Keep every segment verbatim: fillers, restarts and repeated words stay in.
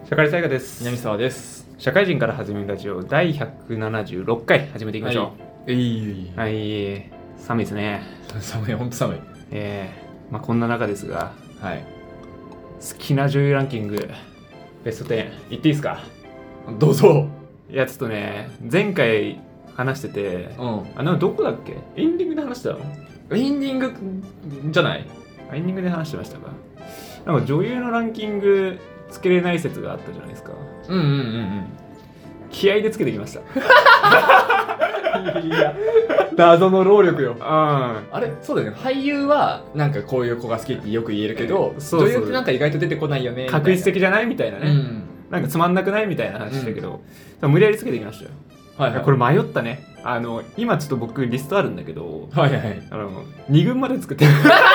社会災害です。 南沢です。 社会人から始めるラジオだいひゃくななじゅうろっかい始めていきましょう。 はい、 はい、寒いですね。 寒い、ほんと寒い。 えー、まあこんな中ですが、 はい。 好きな女優ランキングベストじゅういっていいですか？ どうぞ。 いやちょっとね、前回話してて、 うん。 あのどこだっけ？エンディングで話したの？ エンディングじゃない？ エンディングで話してましたか？なんか女優のランキングつけれない説があったじゃないですか。 うんうんうんうん。 気合でつけてきました。 いや、謎の労力よ。 うん。 あれ、そうだよね。俳優はなんかこういう子が好きってよく言えるけど、 そうそう女優ってなんか意外と出てこないよね。 確率的じゃないみたいなね。 うん、 なんかつまんなくないみたいな話だけど、うん、無理やりつけてきましたよ。 はいはい、 これ迷ったね。あの今ちょっと僕リストあるんだけど、 はいはい、 あのに軍まで作ってる。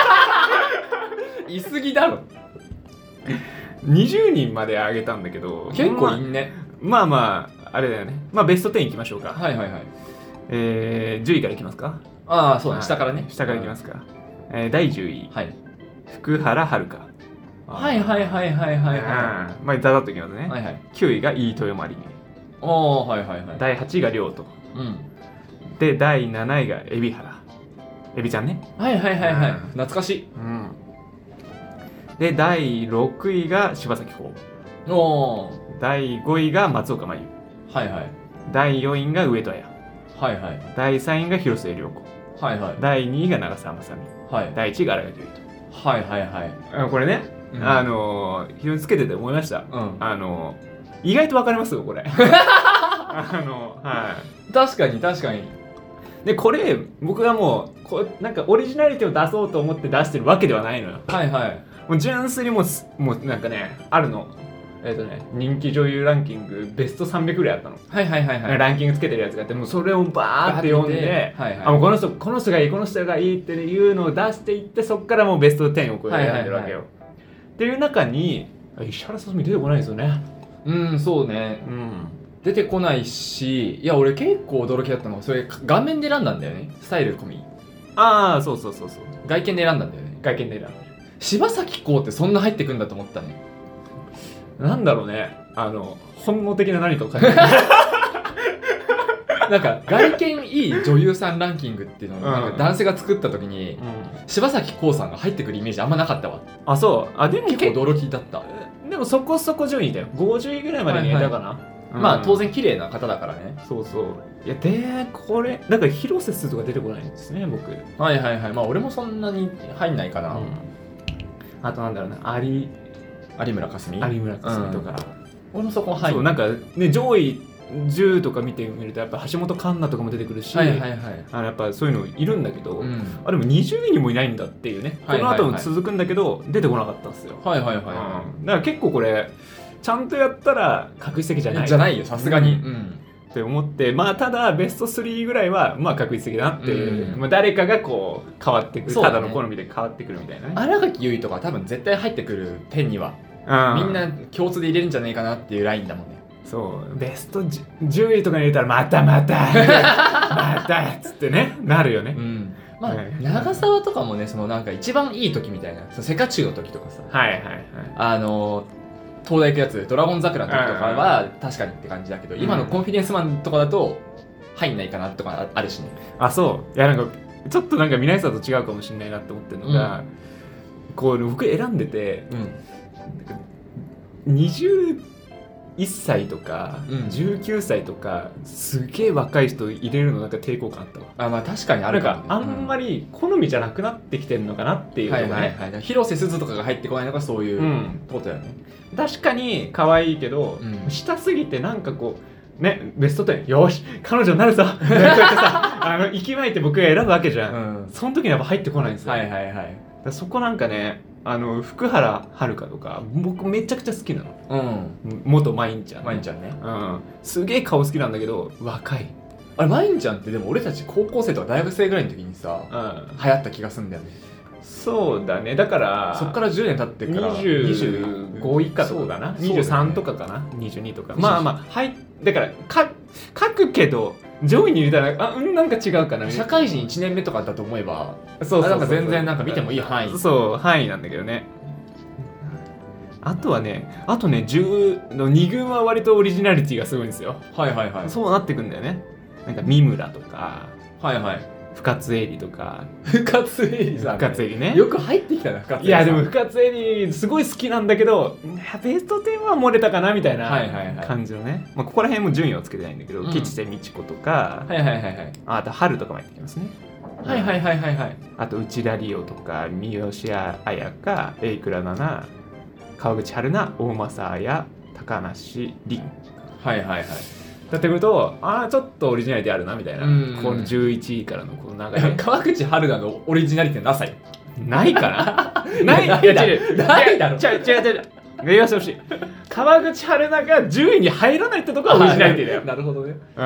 いすぎだろ。 にじゅうにんまで上げたんだけど、 結構いいね。 まあまああれだよね。まあベストじゅういきましょうか。 はいはいはい。 えー、じゅういからいきますか。 ああそうね、下からね。 下からいきますか。えー、だいじゅうい、 はい、 福原遥。 はいはいはいはいはいはい。 まあざざっといきますね。 はいはい。 きゅういが飯豊まり。 ああはいはいはい。 だいはちいが亮斗。 うん。 でだいなないが海老原。エビちゃんね。 はいはいはいはい。懐かしい。 うん。でだいろくいが柴咲コウ。 おー。 だいごいが松岡茉優。 はいはい。 だいよんいが上戸彩。 はいはい。 だいさんいが広末涼子。 はいはい。 だいにいが長澤まさみ。 はい。 だいいちいが新垣結衣はいはいはい。 と。これね、 うん、 あの非常につけてて思いました。 うん。 あの意外と分かりますよこれ。あのはい。 確かに確かに。 でこれ僕がもうこうなんかオリジナリティを出そうと思って出してるわけではないのよ。 はいはい。 もう純粋にもうもうなんかねあるの。えっ、ー、とね人気女優ランキングベストさんびゃくぐらいあったの。 はいはいはいはい。 ランキングつけてるやつがあって、もうそれをバーって読んで、 はいはい、 あもうこの人この人がいいこの人がいいっていうのを出していって、そこからもうベストじゅうをこう選んでるわけよ。はいはいはい、っていう中に石原さとみ出てこないですよね。 うんそうね。 うん。 出てこないし、いや俺結構驚きだったのがそれ顔面で選んだんだよね。スタイル込み。 ああそうそうそうそう。 外見で選んだんだよね。 外見で選んだ。 柴咲コウってそんな入ってくんだと思ったね。 なんだろうね。あの本能的な何かを感じる。 なんか外見いい女優さんランキングっていうのをなんか男性が作った時に、うん、柴咲コウさんが入ってくるイメージあんまなかったわ。 あそう。あでも結構驚きだった。 でもそこそこ順位だよ。ごじゅういぐらいまでにいたかな。はいはいうん、まあ当然綺麗な方だからね。 そうそう。いやでこれなんか広瀬すずとか出てこないんですね僕。 はいはいはい。まあ俺もそんなに入んないかな。うん、 あとなんだろうな有有村架純。 有村架純とか。 うん、俺もそこ入る。 そうなんかね上位じゅうとか見てみるとやっぱ橋本環奈とかも出てくるし、 はいはいはい、 あのやっぱそういうのいるんだけど、うん、あでもにじゅういにもいないんだっていうね。この後も続くんだけど出てこなかったんですよ。 はいはいはい。 うん、だから結構これちゃんとやったら確実的じゃない。 じゃないよさすがに。うんうんって思って、まあただベストスリーぐらいはまあ確実的だなっていう、 うん、 まあ、誰かがこう変わってくる、 ね、 ただの好みで変わってくるみたいなね。 新垣結衣とか多分絶対入ってくる点には、うん、みんな共通で入れるんじゃないかなっていうラインだもんね。 そうベストじゅういとかに入れたらまたまたまたっつってねなるよね。 うんまあ、はい、長澤とかもねそのなんか一番いい時みたいなそのセカチュウの時とかさ、 はいはいはい、 あの東大行くやつドラゴン桜の時とかは確かにって感じだけど、うん、今のコンフィデンスマンとかだと入んないかなとかあるしね。 あそういやなんかちょっとなんか皆さんと違うかもしれないなって思ってるのが、うん、こう僕選んでて、うん、にじゅういっさいとか、うん、じゅうきゅうさいとかすげえ若い人入れるのなんか抵抗感あったわ。 あまあ確かにあるかも、ね、 なんかあんまり好みじゃなくなってきてるのかなっていう、ね、 はいはいはい、広瀬すずとかが入ってこないのがそういうことだよね、 うん、確かに可愛いけど、うん、下すぎてなんかこうねベストじゅうよし彼女になるぞこうやってさあの息巻いて僕が選ぶわけじゃん、うん、その時にやっぱ入ってこないんですよ。 はいはいはい。 だそこなんかねあの福原遥とか僕めちゃくちゃ好きなの、うん、元マインちゃんマインちゃんね、 うん、すげえ顔好きなんだけど若い。 あれマインちゃんってでも俺たち高校生とか大学生ぐらいの時にさ、うん、流行った気がするんだよね。 そうだね。だからそっからじゅうねん経ってからにじゅうご以下とかかな、にじゅうさんとかかな、にじゅうにとかまあまあはいだからか書くけど上位に入れたらあうんなんか違うかな。 社会人いちねんめとかだと思えばそうそうそうそうなんか全然なんか見てもいい範囲そう範囲なんだけどね。 あとはねあとねじゅうのに軍は割とオリジナリティがすごいんですよ。 はいはいはい。 そうなってくんだよね。なんか三村とかはいはい。 深津絵里とか。 深津絵里さん、ね、 深津絵里ね。 よく入ってきたな深津絵里さん。 いやでも深津絵里すごい好きなんだけどベストじゅうは漏れたかなみたいな感じのね、はいはいはい、まあ、ここら辺も順位をつけてないんだけど、うん、吉瀬美智子とか、 はいはいはいはい、 あと春とかも入ってきますね。 はいはいはいはいはい。 あと内田理央とか三好彩香、榮倉奈々、川口春奈、大政彩、高梨凛。 はいはいはい。 だってくると、ああちょっとオリジナリティあるなみたいな、このじゅういちいからのこの流れ。 川口春奈のオリジナリティなさい。 ないかな。ない。いや違うないだろ。 違う違う違う。言わせてほしい。川口春奈がじゅういに入らないってとこはオリジナリティだよ。 なるほどね。 うん。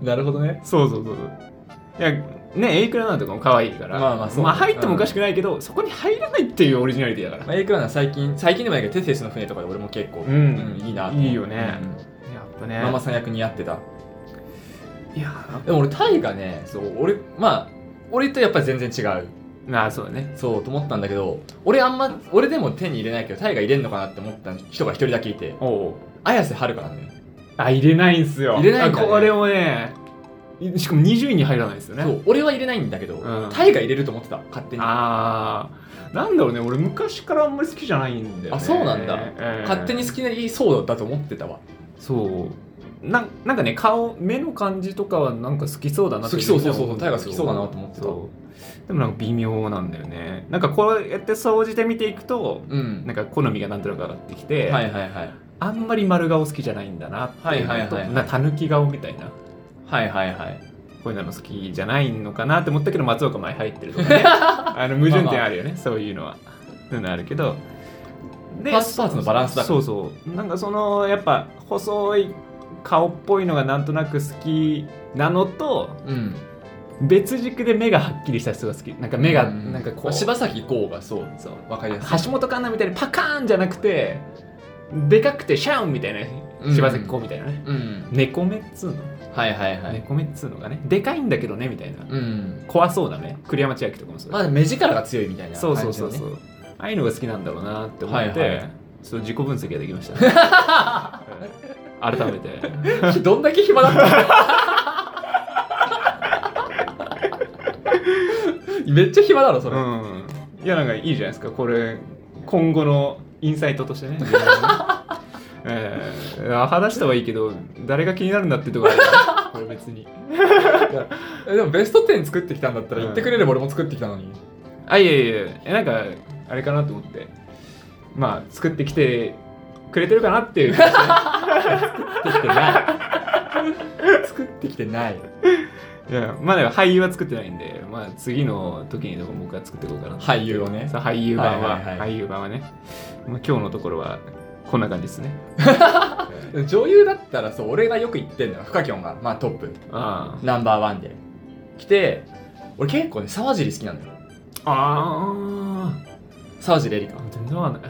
なるほどね。 そうそうそう。いやね、エイクラナとかも可愛いから、まあまあそう、まあ入ってもおかしくないけど、うん、そこに入らないっていうオリジナリティだから。まあ、 エイクラナ最近最近でもないけどテセウスの船とかで俺も結構、 うんうん、いいな。いいよね。うん、やっぱね。 ママさん役にやってた。 いやでも俺タイがね、そう俺まあ俺とやっぱり全然違う。 ああそうだね。 そうと思ったんだけど、俺あんま俺でも手に入れないけどタイが入れんのかなって思った人が一人だけいて、おう綾瀬はるかなんだよ。 あ入れないんすよ。 入れないんだ、ね、 これもね。しかもにじゅういに入らないですよね。 そう俺は入れないんだけど、うん、タイが入れると思ってた勝手に。ああなんだろうね、俺昔からあんまり好きじゃないんだよね。 あそうなんだ、えー、勝手に好きなりそうだと思ってたわ。 そうななんかね顔目の感じとかはなんか好きそうだなって。 好きそうそうそうタイが好きそうだなと思ってた。でもなんか微妙なんだよね。なんかこうやって総じて見ていくと、うん、なんか好みがなんとなく上がってきて、 はいはいはい、 あんまり丸顔好きじゃないんだなっていうのと、はいはいはいはい、なたぬき顔みたいな。 はいはいはい。 こういうの好きじゃないのかなって思ったけど松岡前入ってるとかねあの矛盾点あるよね、まあまあ、そういうのはそういうのあるけどでパーツパーツのバランスだからそうそうなんかそのやっぱ細い顔っぽいのがなんとなく好きなのと、うん、別軸で目がはっきりした人が好き。なんか目がなんかこう柴咲コウがそうそう分かりやすい。 橋本環奈みたいにパカーンじゃなくてでかくてシャンみたいな柴咲コウみたいなね、うんうん、猫目っつうのはいはいはい。 猫目っつうのがね、でかいんだけどねみたいな、うん、怖そうだね。栗山千明とかもそう。 まあ目力が強いみたいな感じ、ね、そうそうそうそう。ああいうのが好きなんだろうなって思って、はいはい、そう自己分析ができましたね。改めて。 どんだけ暇だったの？めっちゃ暇だろそれ。うん。 いやなんかいいじゃないですか。これ今後のインサイトとしてね。えー、話したはいいけど誰が気になるんだってとこあるこれ別にでもベストじゅう作ってきたんだったら言ってくれれば俺も作ってきたのに、うん、 あいやいやいやなんかあれかなと思ってまあ作ってきてくれてるかなっていう作ってきてない作ってきてないいやまだ俳優は作ってないんで、まあ、次の時にでも僕は作っていこうかな。 俳優をね。 俳優版は、はいはいはい、俳優版はね、まあ、今日のところはこんな感じですね。 女優だったらそう俺がよく言ってんのよ。フカキョンが、まあ、トップあナンバーワンで来て、俺結構ね沢尻好きなんだよ。ああ沢尻エリカ全然わかんない、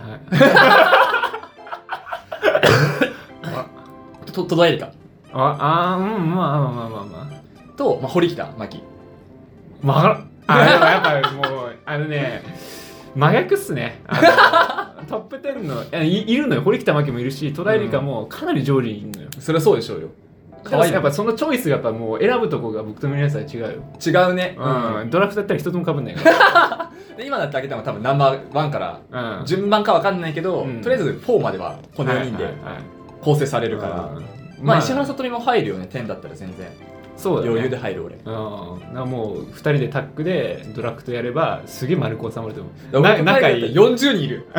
はい、と戸田エリカああうんまあまあまあまあまあと、まあ、堀北真希。 まあ、あでもやっぱもうあのね真逆っすね。あのトップじゅうの い, いるのよ。堀北真希もいるし戸田恵梨香もかなり上位にいるのよ、 うん、それはそうでしょうよ。 かわいい。やっぱそのチョイスがやっぱもう選ぶとこが僕と皆さん違うよ。 違うね、 うんうん、ドラフトだったら一つも被んないからで今だってあげたのは多分ナンバーワンから、うん、順番か分かんないけど、うん、とりあえずフォーまではこのよにんで構成されるから、はいはいはい、まあ石原さとみも入るよね。じゅうだったら全然そうだ、ね、余裕で入る俺。うん、もうふたりでタッグでドラフトやればすげえ丸く収まると思う。な仲いいよんじゅうにんいる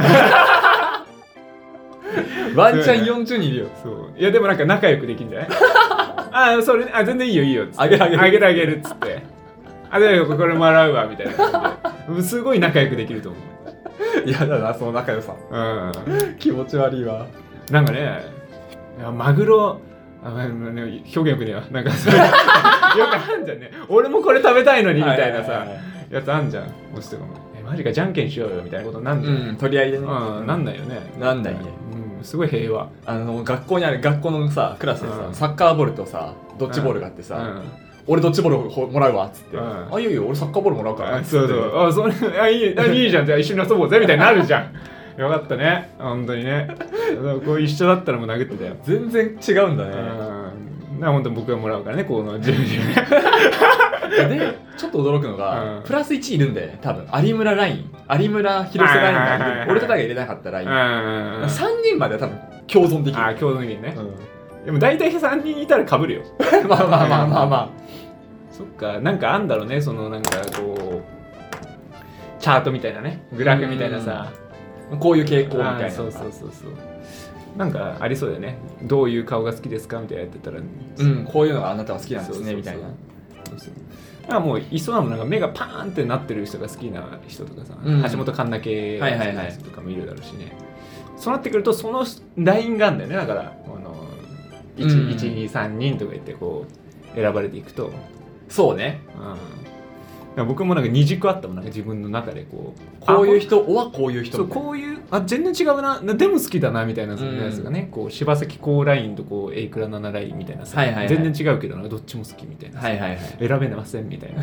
ワンチャンよんじゅうにんいるよ。 そういやでもなんか仲良くできるんじゃないあそれあ全然いいよいいよっつってあげるあげるあげるあげるっつってあでこれもらうわみたいな感じですごい仲良くできると思う。やだなその仲良さ、うん、気持ち悪いわ。 なんかねいやマグロあ表現よくねえわ。なんかそれよくあんじゃんね。俺もこれ食べたいのにみたいなさやつあんじゃん。もしとかもえマジかじゃんけんしようよみたいなことなんじゃん、 うん、取り合いでね、 うん、なんないよね。 なんないね、 うん、すごい平和。 あの学校にある学校のさクラスでさ、うん、サッカーボールとさドッジボールがあってさ、うん、俺ドッジボールもらうわっつって、うん、あいいよいいよ俺サッカーボールもらうからっつって、 そうそうあそれあいいあいいじゃんじゃあ一緒に遊ぼうぜみたいになるじゃんよかったね本当にねこう一緒だったらもう殴ってたよ。 全然違うんだね。 うんな本当僕がもらうからねこのじゅうじゅうねでちょっと驚くのが、うん、プラスいちいるんだよね多分有村ライン有村広瀬ラインがいる、はいはいはいはい、俺とタが入れなかったライン、うん、さんにんまでは多分共存できる。 あ共存できるね、うん、でも大体さんにんいたら被るよまあまあまあまあまあそっかなんかあんだろうねそのなんかこうチャートみたいなねグラフみたいなさ、 うん、こういう傾向みたいな。 そうそうそうそうなんかありそうだよね。どういう顔が好きですかみたいなやってたら、 うん、こういうのがあなたは好きなんですねみたいな。 そうそうなんかもういそうなもんなんか目がパーンってなってる人が好きな人とかさ、うん、橋本環奈系の人とかもいるだろうしね、はいはいはい、そうなってくるとそのラインがあるんだよね。だからこの いちにさんにんとか言ってこう選ばれていくとそうね、 うん、僕もなんかに軸あったもんなんか自分の中でこうこういう人はこういう人そうこういうあ全然違うなでも好きだなみたいなやつがね、うん、こう柴咲コウラインとこう エイクラナナラインみたいなさ、はいはいはい、全然違うけどなんかどっちも好きみたいな、はいはいはい、選べませんみたいな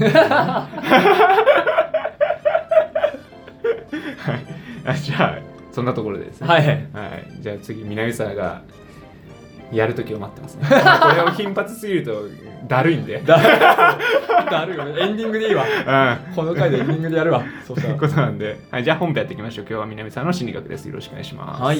はい、じゃあそんなところでですね、 はいはい、 じゃあ次南沢がやるときを待ってますね。これを頻発すぎるとだるいんで。 だるいよね。エンディングでいいわ。うん、この回でエンディングでやるわ。 そういうことなんで、はい、じゃあ本編やっていきましょう。今日は南さんの心理学です。よろしくお願いします。 はい。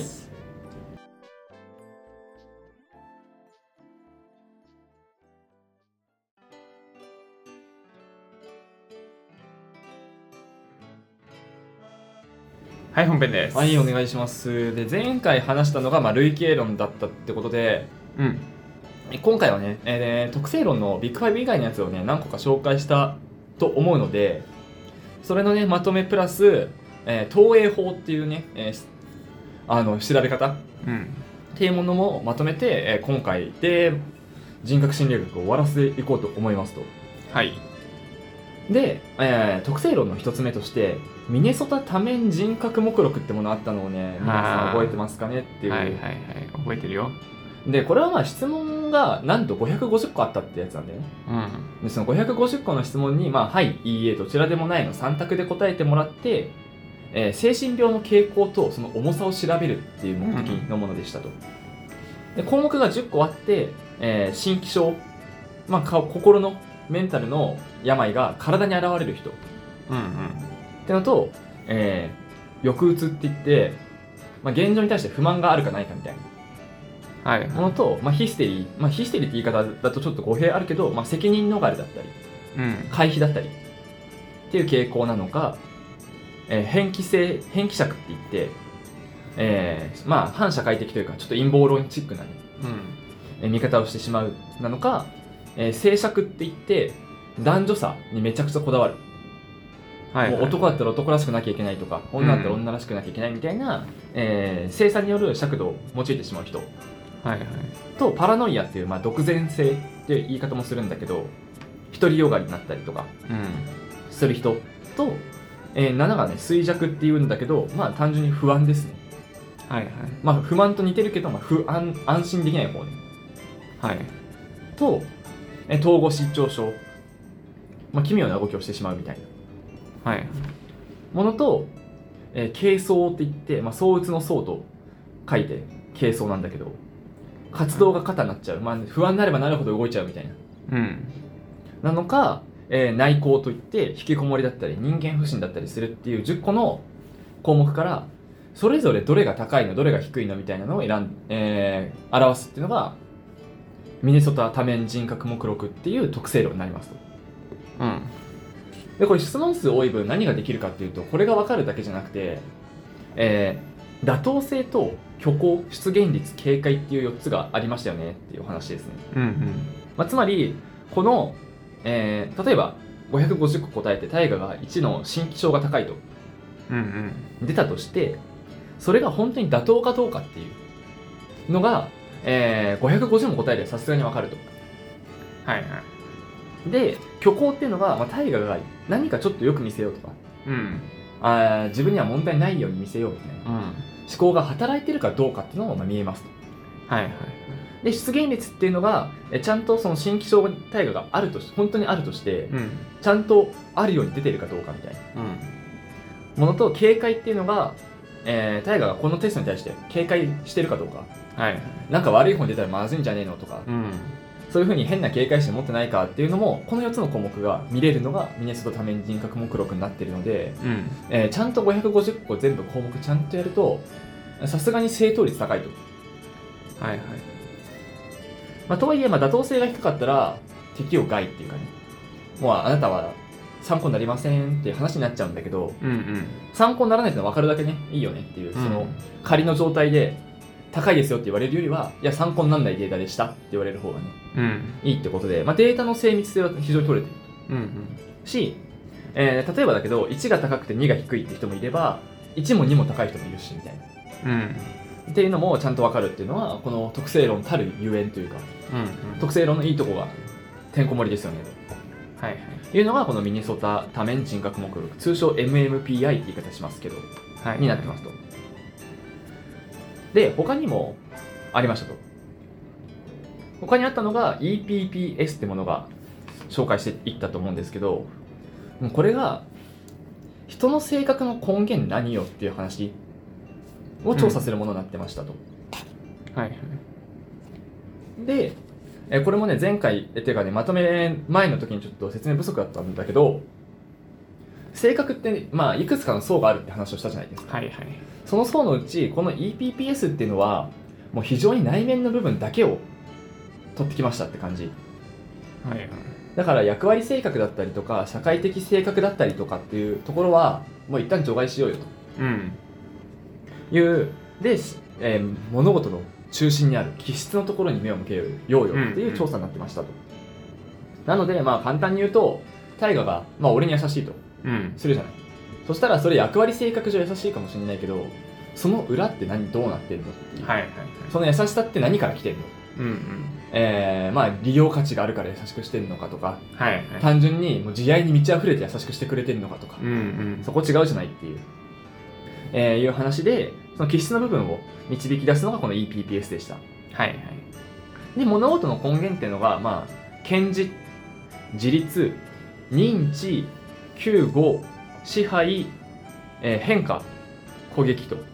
はい、本編です。 はい、お願いします。で、前回話したのが、まあ、類型論だったってことで、 うん、 今回はね、えー、特性論のビッグファイブ以外のやつをね、何個か紹介したと思うので、それのね、まとめプラス、えー、投影法っていうね、えー、あの調べ方、うん、っていうものもまとめて、えー、今回で人格心理学を終わらせていこうと思いますと。 はい。 で、えー、特性論の一つ目としてミネソタ多面人格目録ってものあったのをね皆さん覚えてますかねっていう。 はいはいはい覚えてるよ。 でこれはまあ質問がなんとごひゃくごじゅっこあったってやつなんだよね、うん、でそのごひゃくごじゅっこの質問に、まあ、はいいいえどちらでもないのさん択で答えてもらって、えー、精神病の傾向とその重さを調べるっていう目的のものでしたと、うん、で項目がじゅっこあって、えー、心気症、まあ、心のメンタルの病が体に現れる人、うんうん、ってのと、えー、抑うつって言って、まあ、現状に対して不満があるかないかみたいな、はいはい、ものと、まあ、ヒステリー、まあ、ヒステリーって言い方だとちょっと語弊あるけど、まあ、責任逃れだったり、うん、回避だったりっていう傾向なのか、えー、偏岐性偏岐釈って言って、えー、まあ反社会的というかちょっと陰謀論チックな、ねうんえー、見方をしてしまうなのか、えー、性釈って言って男女差にめちゃくちゃこだわる、はいはい、もう男だったら男らしくなきゃいけないとか女だったら女らしくなきゃいけないみたいな、うんえー、性差による尺度を用いてしまう人、はいはい、とパラノイアっていう、まあ、独善性っていう言い方もするんだけど独りよがりになったりとかする人、うん、と、えー、なながね衰弱っていうんだけどまあ単純に不安ですね、はいはいまあ、不満と似てるけど、まあ、不安安心できない方ね、はい、と、えー、統合失調症、まあ、奇妙な動きをしてしまうみたいな、はい、ものと、えー、軽装って言って、まあ、躁うつの躁と書いて軽装なんだけど活動が過多になっちゃう、まあ、不安になればなるほど動いちゃうみたいな、うん、なのか、えー、内向といって引きこもりだったり人間不信だったりするっていうじゅっこの項目からそれぞれどれが高いのどれが低いのみたいなのを選ん、えー、表すっていうのがミネソタ多面人格目録っていう特性論になりますと、うん、でこれ質問数多い分何ができるかっていうとこれが分かるだけじゃなくて、えー、妥当性と虚構出現率警戒っていうよっつがありましたよねっていうお話ですね、うんうんまあ、つまりこの、えー、例えばごひゃくごじゅっこ答えて大我がいちの心気症が高いと、うんうん、出たとしてそれが本当に妥当かどうかっていうのが、えー、ごひゃくごじゅうも答えでさすがに分かると。はいはい。で、虚構っていうのが、まあ、大我が何かちょっとよく見せようとか、うん、あ自分には問題ないように見せようみたいな、うん、思考が働いてるかどうかっていうのもまあ見えますと。はいはい。で、出現率っていうのが、えちゃんとその新気象大我があるとし、本当にあるとして、うん、ちゃんとあるように出てるかどうかみたいな、うん、ものと警戒っていうのが、 えー、タイガーがこのテストに対して警戒してるかどうか、 はい、 なんか悪い本出たらまずいんじゃねえのとか、 うん、 そういうふうに変な警戒心持ってないかっていうのもこのよっつの項目が見れるのがミネソタ多面人格目録になっているので、 うんえー、ちゃんとごひゃくごじゅっこ全部項目ちゃんとやるとさすがに正答率高いと。 はいはい。 まあ、とはいえ、まあ、妥当性が低かったら適用外っていうかね、もうあなたは参考になりませんっていう話になっちゃうんだけど、 うんうん、 参考にならないってのは分かるだけねいいよねっていう、その仮の状態で高いですよって言われるよりは、いや参考にならないデータでしたって言われる方がね、 うん、 いいってことで、まあ、データの精密性は非常に取れてる、 うんうん、 し、えー、例えばだけどいちが高くてにが低いって人もいればいちもにも高い人もいるしみたいな、 うん、 っていうのもちゃんと分かるっていうのはこの特性論たるゆえんというか、 うんうん、 特性論のいいとこがてんこ盛りですよね、 はいはい、 いうのがこのミネソタ多面人格目録、通称 エムエムピーアイ って言い方しますけど、 はい、 になってますと。で他にもありましたと。他にあったのが イーピーピーエス ってものが紹介していったと思うんですけど、これが人の性格の根源何よっていう話を調査するものになってましたと、 うん、はいはい。 でこれもね前回てかねまとめ前の時にちょっと説明不足だったんだけど、性格ってまあいくつかの層があるって話をしたじゃないですか。 はいはい。 その層のうちこの イーピーピーエス っていうのはもう非常に内面の部分だけを取ってきましたって感じ。 はいはい。 だから役割性格だったりとか社会的性格だったりとかっていうところはもう一旦除外しようよと、うん、いうで、えー、物事の中心にある気質のところに目を向けようよっていう調査になってましたと、うんうん、なのでまあ簡単に言うと大我が、まあ、俺に優しいと、うん、するじゃない。そしたらそれ役割性格上優しいかもしれないけどその裏って何どうなってるのっていう、はいはいはい、その優しさって何から来てるの、うんうん、えー、まあ利用価値があるから優しくしてるのかとか、はいはい、単純にもう慈愛に満ち溢れて優しくしてくれてるのかとか、うんうん、そこ違うじゃないっていう、えー、いう話でその気質の部分を導き出すのがこの イーピーピーエス でした。はいはい。で物事の根源っていうのがまあ堅持、自立、認知、救護、支配、えー、変化、攻撃と、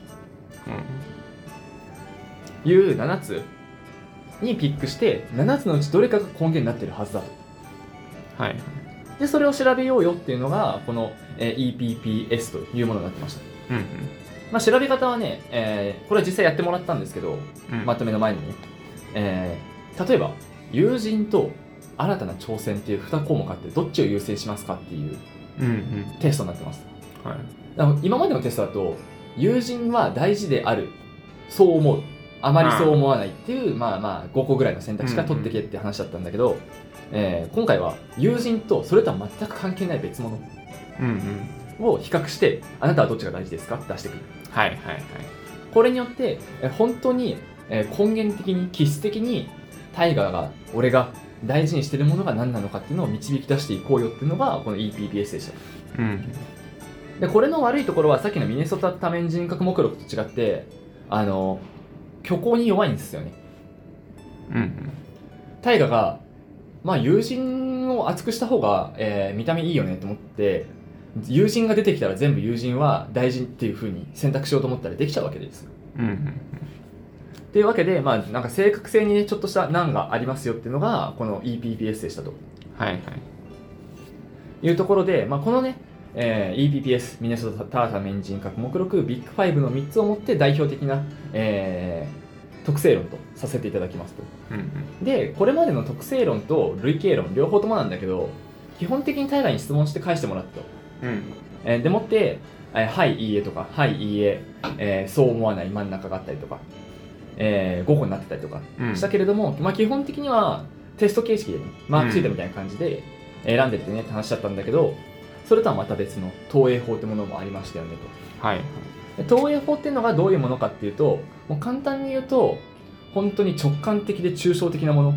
うん、いうななつにピックしてななつのうちどれかが根源になっているはずだと。はい。でそれを調べようよっていうのがこの、えー、イーピーピーエス というものになってました。うんうん。まあ調べ方はね、えー、これは実際やってもらったんですけど、うん、まとめの前にね、えー、例えば友人と新たな挑戦っていうに項目あってどっちを優先しますかっていうテストになってます。はい。だから今までのテストだと友人は大事である、そう思う、あまりそう思わないっていう、まあまあごこぐらいの選択肢から取ってけって話だったんだけど、うんうん、えー、今回は友人とそれとは全く関係ない別物を比較して、あなたはどっちが大事ですかって出してくる。はいはいはい。これによって本当に根源的に気質的にタイガーが俺が大事にしているものが何なのかっていうのを導き出していこうよっていうのがこの イーピーピーエス でした。うん、でこれの悪いところはさっきのミネソタ多面人格目録と違ってあの虚構に弱いんですよね。うん、タイガがまあ友人を厚くした方が、えー、見た目いいよねと思って友人が出てきたら全部友人は大事っていう風に選択しようと思ったらできちゃうわけですよ。うんうん、っていうわけで、まあ、なんか正確性にねちょっとした難がありますよっていうのがこの イーピーピーエス でしたと、はいはい、いうところで、まあ、このね、えー、イーピーピーエス ミネソタ多面人格目録ビッグファイブのみっつをもって代表的な、えー、特性論とさせていただきますと、うんうん、でこれまでの特性論と類型論両方ともなんだけど基本的に大概に質問して返してもらったと、うんえー、でもって、えー、はいいいえとかはいいいええー、そう思わない真ん中があったりとか、えー、ごこになってたりとかしたけれども、うんまあ、基本的にはテスト形式でねマークついたみたいな感じで選んでってねって話だったんだけど、それとはまた別の投影法ってものもありましたよねと、はい、投影法っていうのがどういうものかっていうともう簡単に言うと本当に直感的で抽象的なもの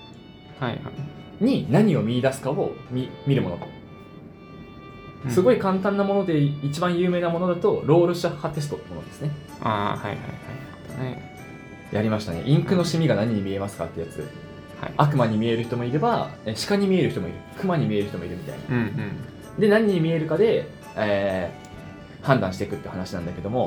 に何を見出すかを 見, 見るものと、うん、すごい簡単なもので一番有名なものだとロールシャッハテストってものですね。ああはいはいはい、ね、やりましたね。インクのシミが何に見えますかってやつ、はい、悪魔に見える人もいれば鹿に見える人もいる、熊に見える人もいるみたいな、うんうん、で何に見えるかで、えー、判断していくって話なんだけども、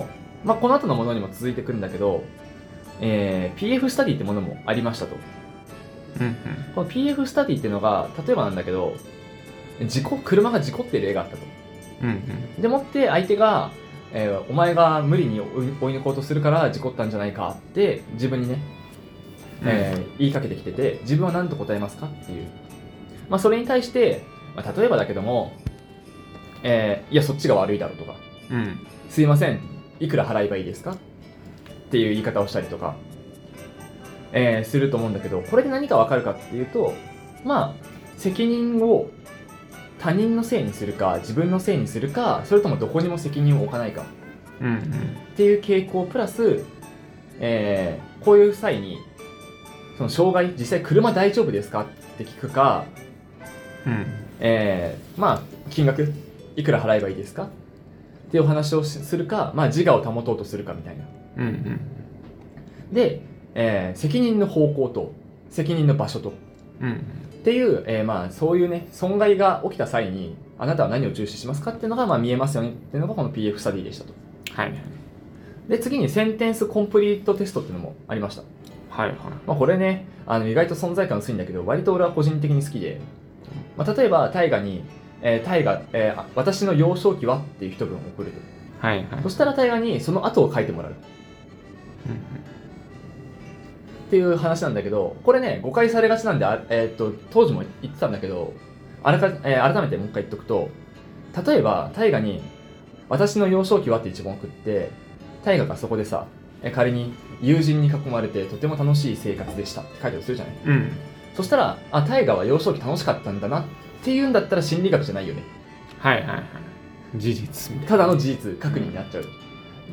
まあ、この後のものにも続いてくるんだけど、えー、ピーエフ スタディってものもありましたと。 うんうん、 この ピーエフ スタディっていうのが、例えばなんだけど、事故車が事故ってる絵があったと。 うんうん、 でもって相手が、えー、お前が無理に追い抜こうとするから事故ったんじゃないかって自分にね、えーうん、言いかけてきてて、自分は何と答えますかっていう。まあ、それに対して、まあ、例えばだけども、えー、いやそっちが悪いだろうとか、 うん、 すいませんいくら払えばいいですかっていう言い方をしたりとか、えー、すると思うんだけど、これで何か分かるかっていうと、まあ責任を他人のせいにするか自分のせいにするか、それともどこにも責任を置かないかっていう傾向プラス、えー、こういう際にその障害、実際車大丈夫ですかって聞くか、 うんえー、まあ金額いくら払えばいいですかっていうお話をするか、まあ、自我を保とうとするかみたいな、 うんうん、 で、えー、責任の方向と責任の場所と、 うん、 っていう、えーまあ、そういうね損害が起きた際にあなたは何を重視しますかっていうのが、まあ、見えますよねっていうのがこの ピーエフ スタディでしたと。 はい。 で次にセンテンスコンプリートテストっていうのもありました。 はいはい。 まあ、これねあの意外と存在感薄いんだけど割と俺は個人的に好きで、まあ、例えば大河に、えー、大河、えー、私の幼少期はっていう一文を送ると、 はいはい、 そしたら大河にその後を書いてもらう、うんうん、っていう話なんだけど、これね誤解されがちなんで、あ、えー、っと当時も言ってたんだけど、あらか、えー、改めてもう一回言っとくと、例えば大河に私の幼少期はって一文送って大河がそこでさ、仮に友人に囲まれてとても楽しい生活でしたって書いてあるとするじゃない、 うん、 そしたらあ大河は幼少期楽しかったんだなっていうんだったら心理学じゃないよね。 はいはいはい、事実みたいな、 ただの事実確認になっちゃう、うん、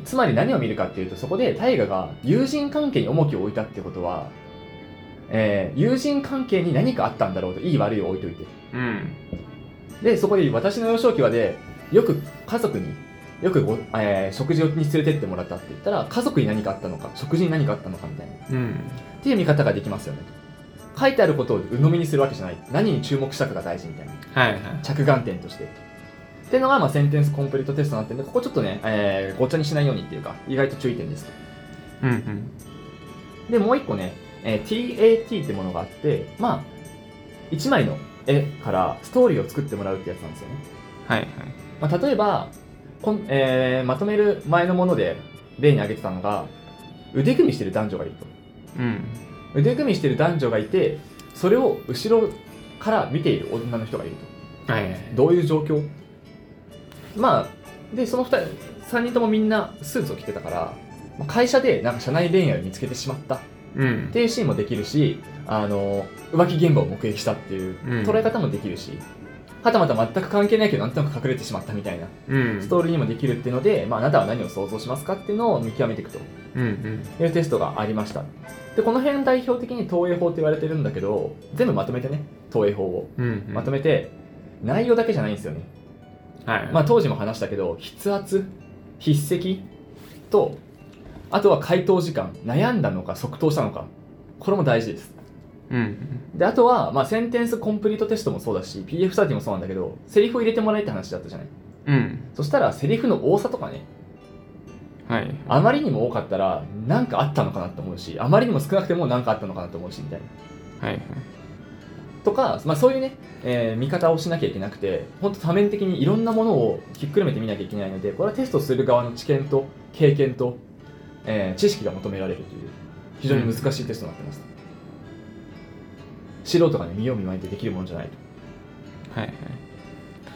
つまり何を見るかっていうと、そこで大河が友人関係に重きを置いたってことは、えー、友人関係に何かあったんだろうと、いい悪いを置いといて、 うん、 でそこで私の幼少期はでよく家族によくご、えー、食事に連れてってもらったって言ったら、家族に何かあったのか食事に何かあったのかみたいな、 うん、 っていう見方ができますよねと。書いてあることを鵜呑みにするわけじゃない、何に注目したかが大事みたいな、 はいはい、 着眼点としてっていうのが、まあ、センテンスコンプリートテストになってるんで、ここちょっとね、えー、ごっちゃにしないようにっていうか意外と注意点です。 うんうん、でもう一個ね、えー、ティーエーティー ってものがあって、まあいちまいの絵からストーリーを作ってもらうってやつなんですよね。 はいはい、 まあ、例えばこん、えー、まとめる前のもので例に挙げてたのが、腕組みしてる男女がいると、 うん、 腕組みしてる男女がいて、それを後ろから見ている女の人がいると、 はいはい、 どういう状況。まあでそのふたりさんにんともみんなスーツを着てたから、会社でなんか社内恋愛を見つけてしまったっていうシーンもできるし、あの浮気現場を目撃したっていう捉え方もできるし、はたまた全く関係ないけどなんとなく隠れてしまったみたいなストーリーにもできるっていうので、まあ、あなたは何を想像しますかっていうのを見極めていくというテストがありました。でこの辺代表的に投影法と言われてるんだけど、全部まとめてね、投影法をまとめて、内容だけじゃないんですよね。はい、まあ、当時も話したけど、筆圧、筆跡と、あとは回答時間、悩んだのか即答したのか、これも大事です。うん、であとは、まあ、センテンスコンプリートテストもそうだし ピーエフ スタディもそうなんだけど、セリフを入れてもらえって話だったじゃない、うん、そしたらセリフの多さとかね、はい、あまりにも多かったら何かあったのかなと思うし、あまりにも少なくても何かあったのかなと思うしみたいな、はいはい、とか、まあ、そういうね、えー、見方をしなきゃいけなくて、本当多面的にいろんなものをひっくるめてみなきゃいけないので、これはテストする側の知見と経験と、えー、知識が求められるという非常に難しいテストになってます、うん、素人がね見よう見まねでできるものじゃないと、はいはい、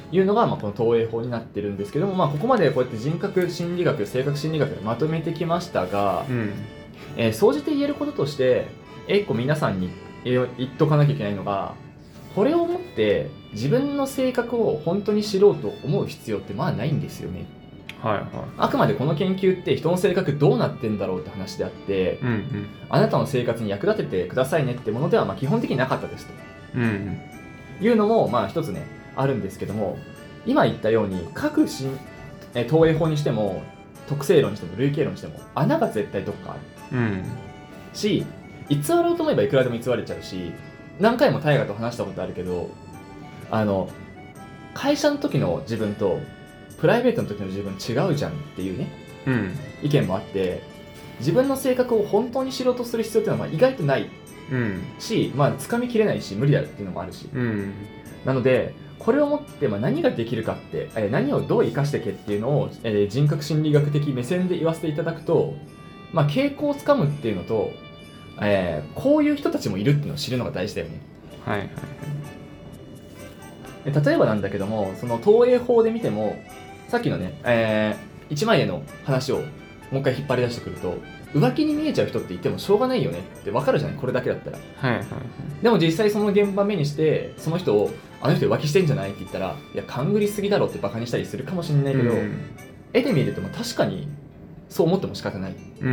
いうのが、まあ、この投影法になってるんですけども、まあ、ここまでこうやって人格心理学、性格心理学でまとめてきましたが、うん、えー、総じて言えることとして一個皆さんに言っとかなきゃいけないのが、これをもって自分の性格を本当に知ろうと思う必要ってまあないんですよね。はいはい、あくまでこの研究って人の性格どうなってんだろうって話であって、うんうん、あなたの生活に役立ててくださいねってものではまあ基本的になかったですと、うんうん、いうのもまあ一つねあるんですけども、今言ったように各新え投影法にしても特性論にしても類型論にしても穴が絶対どっかある、うん、し偽ろうと思えばいくらでも偽れちゃうし、何回も大河と話したことあるけど、あの会社の時の自分とプライベートの時の自分違うじゃんっていうね、うん、 意見もあって、自分の性格を本当に知ろうとする必要っていうのは意外とないし、うん、まあ掴みきれないし無理だっていうのもあるし、うん、なのでこれをもってまあ何ができるかって、えー、何をどう生かしていけっていうのを、えー、人格心理学的目線で言わせていただくと、まあ、傾向をつかむっていうのと、えー、こういう人たちもいるっていうのを知るのが大事だよね。はいはいはい。例えばなんだけども、その投影法で見てもさっきのね、えー、いちまいへの話をもう一回引っ張り出してくると、浮気に見えちゃう人っていてもしょうがないよねって分かるじゃない、これだけだったら。はいはいはい。でも実際その現場目にしてその人をあの人浮気してんじゃないって言ったら、いや勘ぐりすぎだろってバカにしたりするかもしれないけど、うん、絵で見るとも確かにそう思っても仕方ない、うん、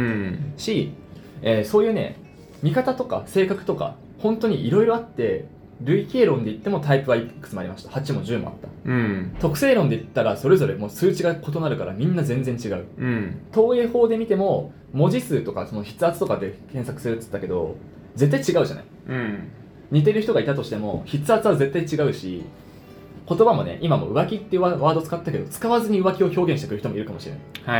し、えー、そういうね見方とか性格とか本当にいろいろあって、類型論で言ってもタイプはいくつもありました。はちもじゅうもあった、うん、特性論で言ったらそれぞれもう数値が異なるからみんな全然違う、うん、投影法で見ても文字数とかその筆圧とかで検索するって言ったけど絶対違うじゃない、うん、似てる人がいたとしても筆圧は絶対違うし、言葉もね今も浮気っていうワード使ったけど使わずに浮気を表現してくる人もいるかもしれない、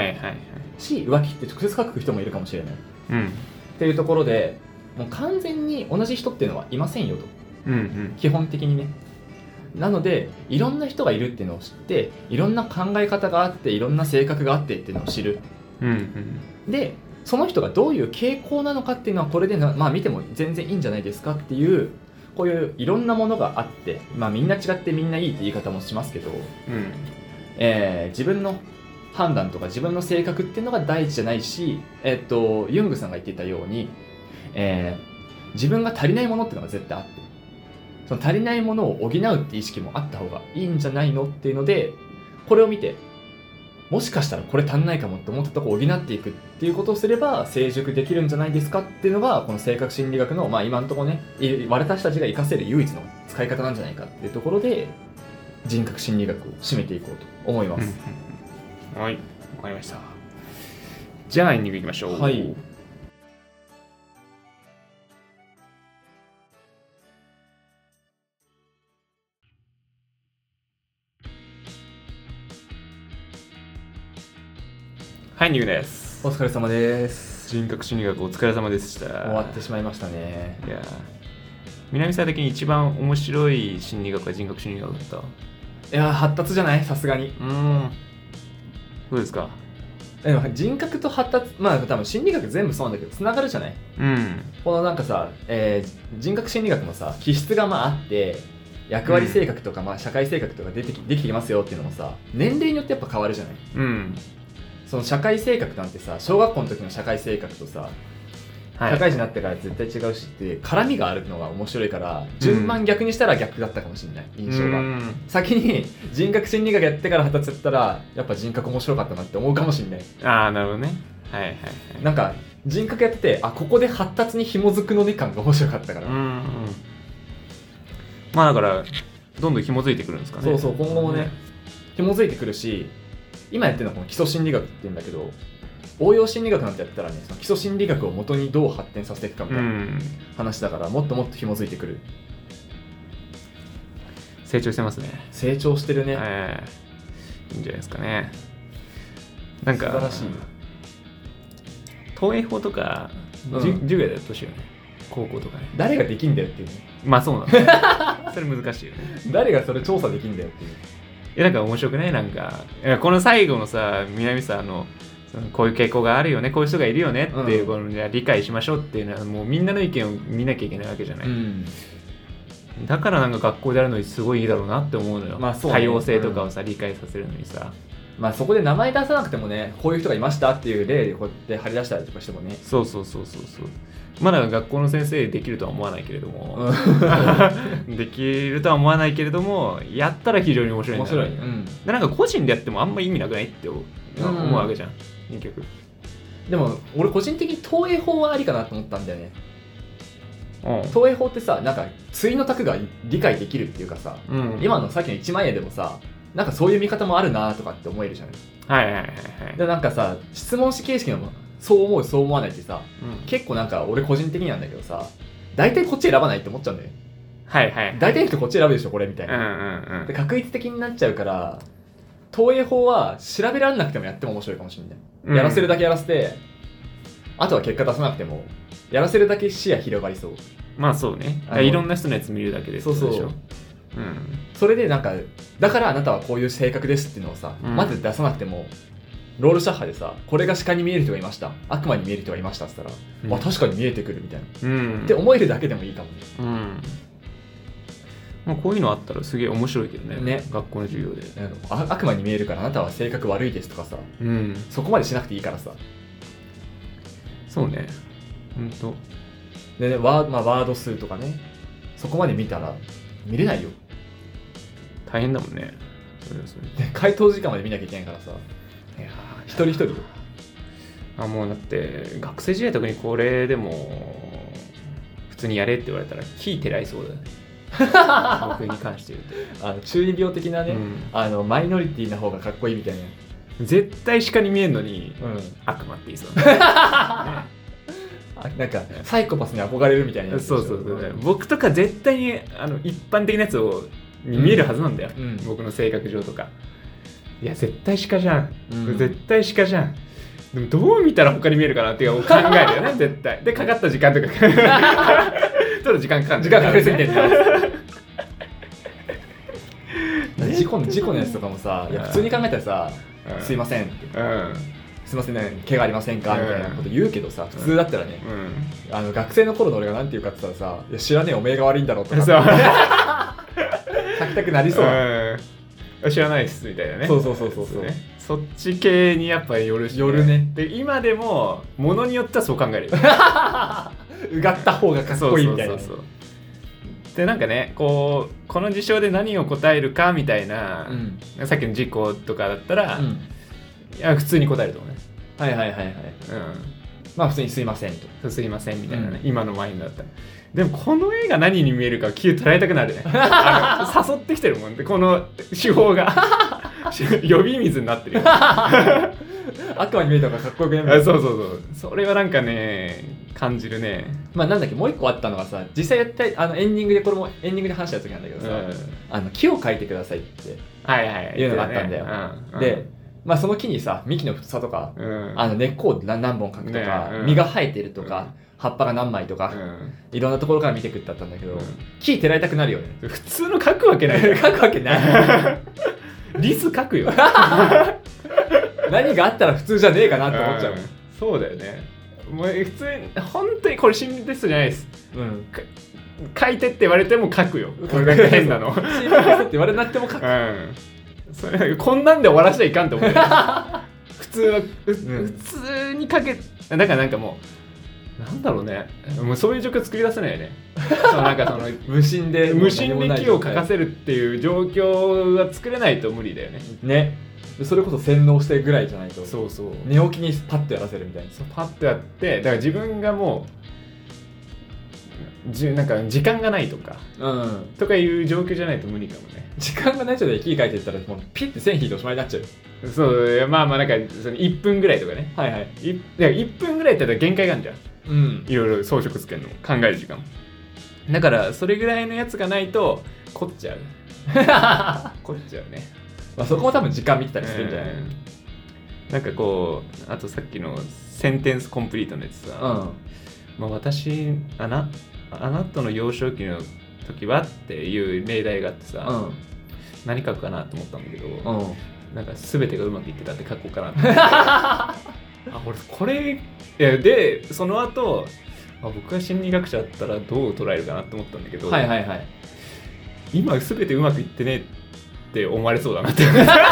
はいはいはい、し浮気って直接書く人もいるかもしれない、うん、っていうところでもう完全に同じ人っていうのはいませんよと、うんうん、基本的にね。なのでいろんな人がいるっていうのを知って、いろんな考え方があっていろんな性格があってっていうのを知る、うんうん、でその人がどういう傾向なのかっていうのはこれでな、まあ、見ても全然いいんじゃないですかっていう、こういういろんなものがあって、まあ、みんな違ってみんないいって言い方もしますけど、うんえー、自分の判断とか自分の性格っていうのが第一じゃないし、えー、っとユングさんが言っていたように、えー、自分が足りないものっていうのが絶対あって、その足りないものを補うって意識もあった方がいいんじゃないのっていうので、これを見てもしかしたらこれ足んないかもって思ったところを補っていくっていうことをすれば成熟できるんじゃないですかっていうのがこの性格心理学の、まあ、今のところね私たちが活かせる唯一の使い方なんじゃないかっていうところで人格心理学を締めていこうと思います、 うん、はい、わかりました。じゃあエンディングいきましょう。はい。はい、ニューです。 お疲れ様です。 人格心理学お疲れ様でした。 終わってしまいましたね。 いや、南さん的に一番面白い心理学は人格心理学だった？ いや、発達じゃない？さすがに。 うーん。どうですか？ でも人格と発達、まあ多分心理学全部そうなんだけどつながるじゃない？うん。このなんかさ、えー、人格心理学のさ気質がまああって役割性格とか、まあ社会性格とか出てきできてきますよっていうのもさ年齢によってやっぱ変わるじゃない？うん。その社会性格なんてさ小学校の時の社会性格とさ、はい、社会人になってから絶対違うしって絡みがあるのが面白いから、順番逆にしたら逆だったかもしれない、印象が。先に人格心理学やってから発達やったらやっぱ人格面白かったなって思うかもしれない。 ああ、なるほどね。はいはいはい。 なんか人格やってて、あ、ここで発達に紐づくのね感が面白かったから。うんうん、 まあだからどんどん紐づいてくるんですかね。 そうそう、今後もね、紐づいてくるし、今やってるのはこの基礎心理学って言うんだけど、応用心理学なんてやったらね、その基礎心理学を元にどう発展させていくかみたいな話だから、もっともっと紐づいてくる。 成長してますね。 成長してるね。 えー、いいんじゃないですかね。なんか素晴らしい。 投影法とか、うん、授業でやってほしいよね。高校とかね。 誰ができんだよっていうね。 まあそうなんだ。それ難しいよね。 誰がそれ調査できんだよっていう。 いやなんか面白くない？なんかこの最後のさ、南さんのこういう傾向があるよね、こういう人がいるよねっていう、このじゃ理解しましょうっていうのはもうみんなの意見を見なきゃいけないわけじゃない、うん、だからなんか学校であるのにすごいいいだろうなって思うのよ、まあそうね、多様性とかをさ、うん、理解させるのにさ、 まあそこで名前出さなくてもね、こういう人がいましたっていう例でこうやって張り出したりとかしてもね、 そうそうそうそうそう、まだ学校の先生できるとは思わないけれども、うん、できるとは思わないけれどもやったら非常に面白いんだよね。面白い、うん、でなんか個人でやってもあんま意味なくないって思うわけじゃん、結局。 でも俺個人的に投影法はありかなと思ったんだよね。うん、投影法ってさ、なんか対の択が理解できるっていうかさ、うん、今のさっきのいちまん円でもさ、なんかそういう見方もあるなとかって思えるじゃない。はいはいはいはい。でなんかさ、質問式形式のそう思うそう思わないってさ、うん、結構なんか俺個人的になんだけどさ、大体こっち選ばないって思っちゃうんだよ。はいはい、はい。大体の人こっち選ぶでしょこれみたいな、うんうんうん、で確率的になっちゃうから、投影法は調べられなくてもやっても面白いかもしれない。 やらせるだけやらせて、うん、あとは結果出さなくてもやらせるだけ視野広がりそう。 まあそうね、いろんな人のやつ見るだけで。 そうそう、うん、それでなんかだからあなたはこういう性格ですっていうのをさ、うん、まず出さなくてもロールシャッハでさ、これが鹿に見える人がいました、悪魔に見える人がいましたって言ったら、うん、あ確かに見えてくるみたいな、うん、って思えるだけでもいいかもね。うん、 まあ、こういうのあったらすげえ面白いけど ね, ね学校の授業であ悪魔に見えるからあなたは性格悪いですとかさ、うん、そこまでしなくていいからさ。 そうね、ほんとでね、ワー、まあ、ワード数とかね、そこまで見たら見れないよ。 大変だもんね。それはそれで回答時間まで見なきゃいけないからさ、いや一人一人よ。 あ、もうだって学生時代特にこれでも普通にやれって言われたら聞いてらいそうだ僕に関して言うとあの中二病的なね、うん、あのマイノリティな方がかっこいいみたいな。 絶対鹿に見えるのに、うん、悪魔って言いそう、ねなんかサイコパスに憧れるみたいな。 そうそうそう、うん、僕とか絶対にあの一般的なやつをに見えるはずなんだよ、うん、僕の性格上とか。いや絶対鹿じゃん、うん、絶対鹿じゃん。でもどう見たら他に見えるかなっていう考えるよね絶対。でかかった時間とかちょっと時間かかる時間かかりすぎてんだ事故の事故のやつとかもさ、いや普通に考えたらさ、うん、すいませんって、うんすいませんね、怪我ありませんかみたいなこと言うけどさ、普通だったらね、うん、あの学生の頃の俺がなんて言うかって言ったらさ、いや知らねえおめえが悪いんだろうとか書きたくなりそう、 うん、知らないっすみたいなね。 そうそうそうそうそう、ね、 そっち系にやっぱりよるし、ね、 よるね。 で今でもものによってはそう考えるうがった方がかっこいいみたいな。そうそうそうそう。 でなんかね、こうこの事象で何を答えるかみたいな、うん、さっきの事故とかだったら、うん、いや普通に答えると思うね。 はいはいはいはい、うん、まあ普通にすいませんと、 すいませんみたいなね、うん、今のマインドだったら。でもこの絵が何に見えるか気を捉えたくなるねあの誘ってきてるもんで、この手法が呼び水になってるよ悪魔に見えた方がかっこよくない？ そうそうそう、それはなんかね感じるね。 まあなんだっけ、もう一個あったのがさ、実際やったあのエンディングで、これもエンディングで話した時なんだけどさ、うん、あの木を描いてくださいっていうのがあったんだよ、はいはい、で、うんまあ、その木にさ、幹の太さとか、うん、あの根っこを何本描くとか、ねうん、実が生えてるとか、うん、葉っぱが何枚とか、うん、いろんなところから見てくってあったんだけど、うん、木照られたくなるよね。 普通の描くわけない描くわけないリス描くよ何があったら普通じゃねえかなって思っちゃう、うん、 そうだよね。もう普通に本当にこれ心理テストじゃないです、うん、書いてって言われても書くよ。これだけ変なの心理テストって言われなくても書く、うんそれこんなんで終わらしちゃいかんと思う普通は、うん、普通にかけだからなんかもうなんだろうね、もうそういう状況作り出せないよねそのなんかその無心で無心で木を描かせるっていう状況が作れないと無理だよね。 ね、それこそ洗脳してぐらいじゃないと。 そうそう、 寝起きにパッとやらせるみたいな。 そうパッとやって、だから自分がもうじなんか時間がないとか、うん、とかいう状況じゃないと無理かもね。 時間がない人で木描いてったらもうピッて線引いておしまいになっちゃう。 そうまあまあなんかそのいっぷんぐらいとかね。はいはい。いいっぷんぐらいって言ったら限界があるじゃん。うん。いろいろ装飾つけるの考える時間。だからそれぐらいのやつがないと凝っちゃう。凝っちゃうね。 まあそこも多分時間見てたりするんじゃない？ うんなんかこうあとさっきのセンテンスコンプリートのやつさ。うん。まあ私あなあなたの幼少期の時はっていう例題があってさ、うん、何書くかなと思ったんだけど、うん、なんか全てがうまくいってたって書こうかなってあ俺これいやでその後あ僕が心理学者だったらどう捉えるかなと思ったんだけど、はいはいはい、今全てうまくいってねって思われそうだなって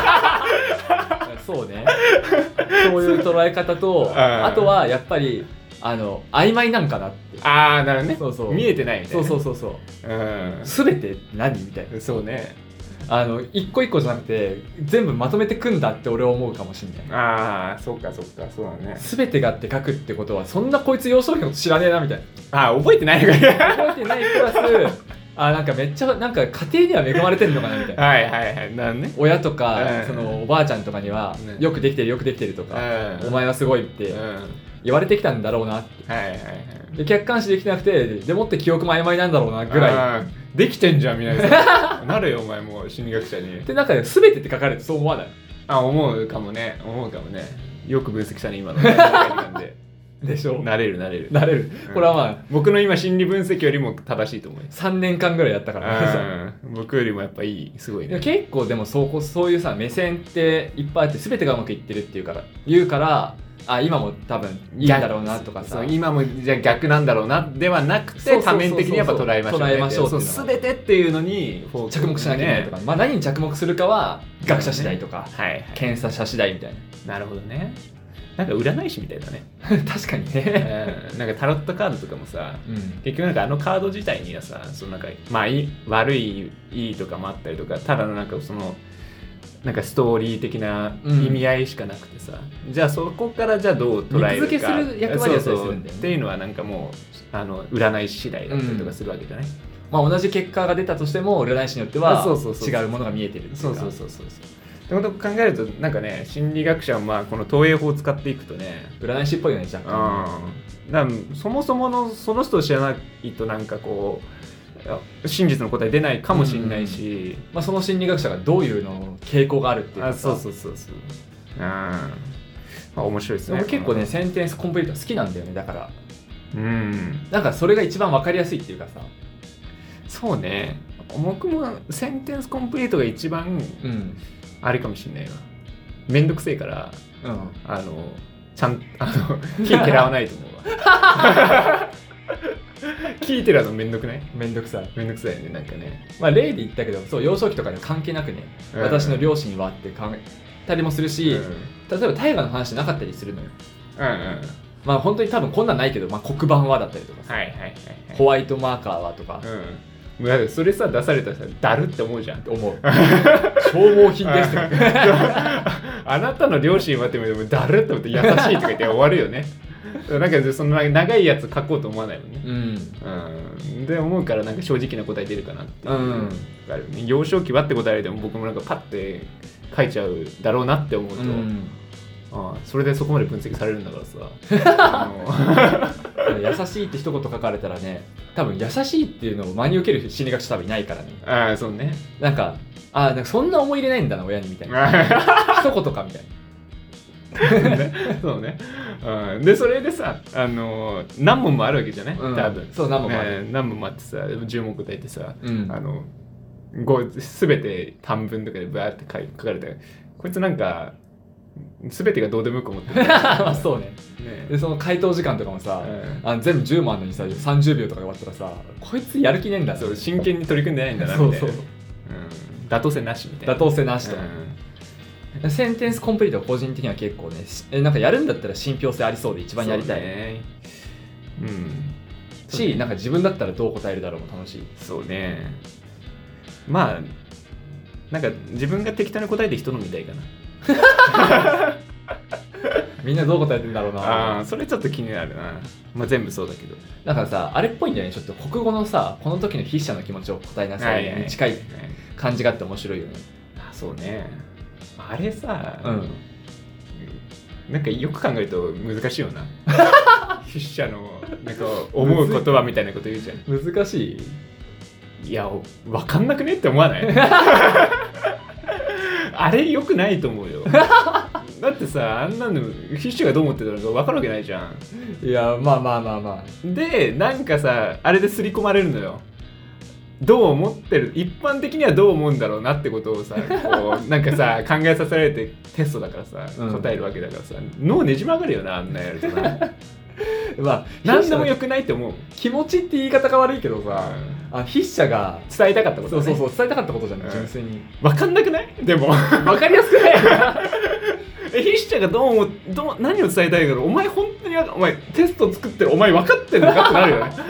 そうねそういう捉え方とあとはやっぱりあの曖昧なんかなって。 ああなるほどね。 そうそう見えてないみたいな。 そうそうそうそう。うん。全て何みたいな。 そうね。 あの一個一個じゃなくて全部まとめてくんだって俺は思うかもしれない。 ああそっかそっかそうだね。 全てがって書くってことはそんなこいつ幼少期のこと知らねえなみたいな。 ああ覚えてないのか覚えてないプラスあなんかめっちゃなんか家庭には恵まれてるのかなみたいな。 はいはいはい。なんね。 親とか、うん、そのおばあちゃんとかには、うん、よくできてるよくできてるとか、うん、お前はすごいって。うん言われてきたんだろうなって、はいはいはい、で客観視できなくてでもって記憶も曖昧なんだろうなぐらいできてんじゃんみたいななるよお前もう心理学者にで中で全てって書かれてそう思わない？ あ思うかもね思うかもねよく分析したね今の感じででしょ。 なれるなれるなれる、うん、これはまあ僕の今心理分析よりも正しいと思う。 さんねんかんぐらいやったからね僕よりもやっぱいいすごいね。 結構でもそうこそういうさ目線っていっぱいあって全てがうまくいってるっていうから言うからあ今も多分いいんだろうなとかさ、 今もじゃあ逆なんだろうなではなくて多面的にやっぱ捉えましょうね、 捉えましょうっていうそう全てっていうのに着目しなきゃいけないとか、ね、まあ、何に着目するかは学者次第とか、 ね、はいはい、 検査者次第みたいな。なるほどね。なんか占い師みたいだね確かにね、 うん、なんかタロットカードとかもさ、うん、結局なんかあのカード自体にはさそのなんか、まあ、い悪いいいとかもあったりとか、ただのなんかそのなんかストーリー的な意味合いしかなくてさ、うん、じゃあそこからじゃあどう捉えるか、 肉付けする役割をするんだよね。 っていうのはなんかもうあの占い師次第だったりとかするわけじゃない、うん、 まあ、同じ結果が出たとしても占い師によっては違うものが見えてるっていうか。 そうそうそうそうってことを考えるとなんかね心理学者はまあこの投影法を使っていくとね占い師っぽいよね若干、 うん、だからそもそものその人を知らないとなんかこう真実の答え出ないかもしれないし、うんうん、 まあ、その心理学者がどういうの傾向があるっていうか、 あそうそうそうそう、うん、まあ面白いですね。 俺結構ねセンテンスコンプリート好きなんだよね。だからうんなんかそれが一番分かりやすいっていうかさ。 そうね、僕もセンテンスコンプリートが一番、うん、あれかもしれないな。めんどくせえから、うん、あのちゃんあのキー嫌わないと思うわキーテラのめんどくない？ めんどくさい。 めんどくさいよね、なんかね。 まあ例で言ったけど、そう幼少期とかに関係なくね、うん、私の両親はって考えたりもするし、うん、例えば大河の話じゃなかったりするのよ。 うんうん。 まあ本当に多分こんなんないけど、まあ、黒板はだったりとかさ、 はいはいはいはい、 ホワイトマーカーはとか。 うん、それさ出されたらさだるって思うじゃんって思う消耗品ですってあなたの両親はって言うとだるって思って優しいとか言って終わるよねなんかその長いやつ書こうと思わないもんね、うんうん、で思うからなんか正直な答え出るかなっていう、うん、幼少期はって答えられても僕もなんかパッて書いちゃうだろうなって思うと、うん、ああそれでそこまで分析されるんだからさ優しいって一言書かれたらね、多分優しいっていうのを真に受ける心理学者多分いないからね。 ああそうね。 なんかあなんかそんな思い入れないんだな親にみたいな一言かみたいなね、そうね、うん、でそれでさ、あのー、何問もあるわけじゃない、うん、多分そう何問もある、 ね、何問もあってさじゅう問答えてさ、うん、あの全て短文とかでバーって書かれて、こいつなんか全てがどうでもよく思ってるまあそうね。ねでその回答時間とかもさ、うん、あの全部じゅう問あるのにささんじゅうびょうとかで終わったらさ、こいつやる気ねえんだ、 そう真剣に取り組んでないんだなみたいな。そうそう、うん、妥当性なしみたいな。 妥当性なしと、うん、センテンスコンプリートは個人的には結構ね、えなんかやるんだったら信憑性ありそうで一番やりたいね。うん、し、なんか自分だったらどう答えるだろうも楽しい。 そうね。まあなんか自分が適当に答えて人のみたいかなみんなどう答えてるんだろうな。 ああそれちょっと気になるな。まあ全部そうだけど、 だからさあれっぽいんじゃない、ちょっと国語のさこの時の筆者の気持ちを答えなさいに近い感じがあって面白いよね。 あそうね。あれさ、うん、なんかよく考えると難しいよな筆者のなんか思う言葉みたいなこと言うじゃん。 難しい。いや分かんなくねって思わないあれ良くないと思うよだってさあんなの筆者がどう思ってたのか分かるわけないじゃん。 いやまあまあまあまあでなんかさあれで刷り込まれるのよ。どう思ってる一般的にはどう思うんだろうなってことをさこうなんかさ考えさせられてテストだからさ、うん、答えるわけだからさ脳ねじ曲がるよなあんなやるとなまあ何でもよくないって思う。 気持ちって言い方が悪いけどさ、うん、あ筆者が伝えたかったこと、 ね、そうそうそう伝えたかったことじゃない、うん、純粋に分かんなくない？でも分かりやすくない筆者がどう思どう何を伝えたいからお前本当にお前テスト作ってるお前分かってるのかってなるよね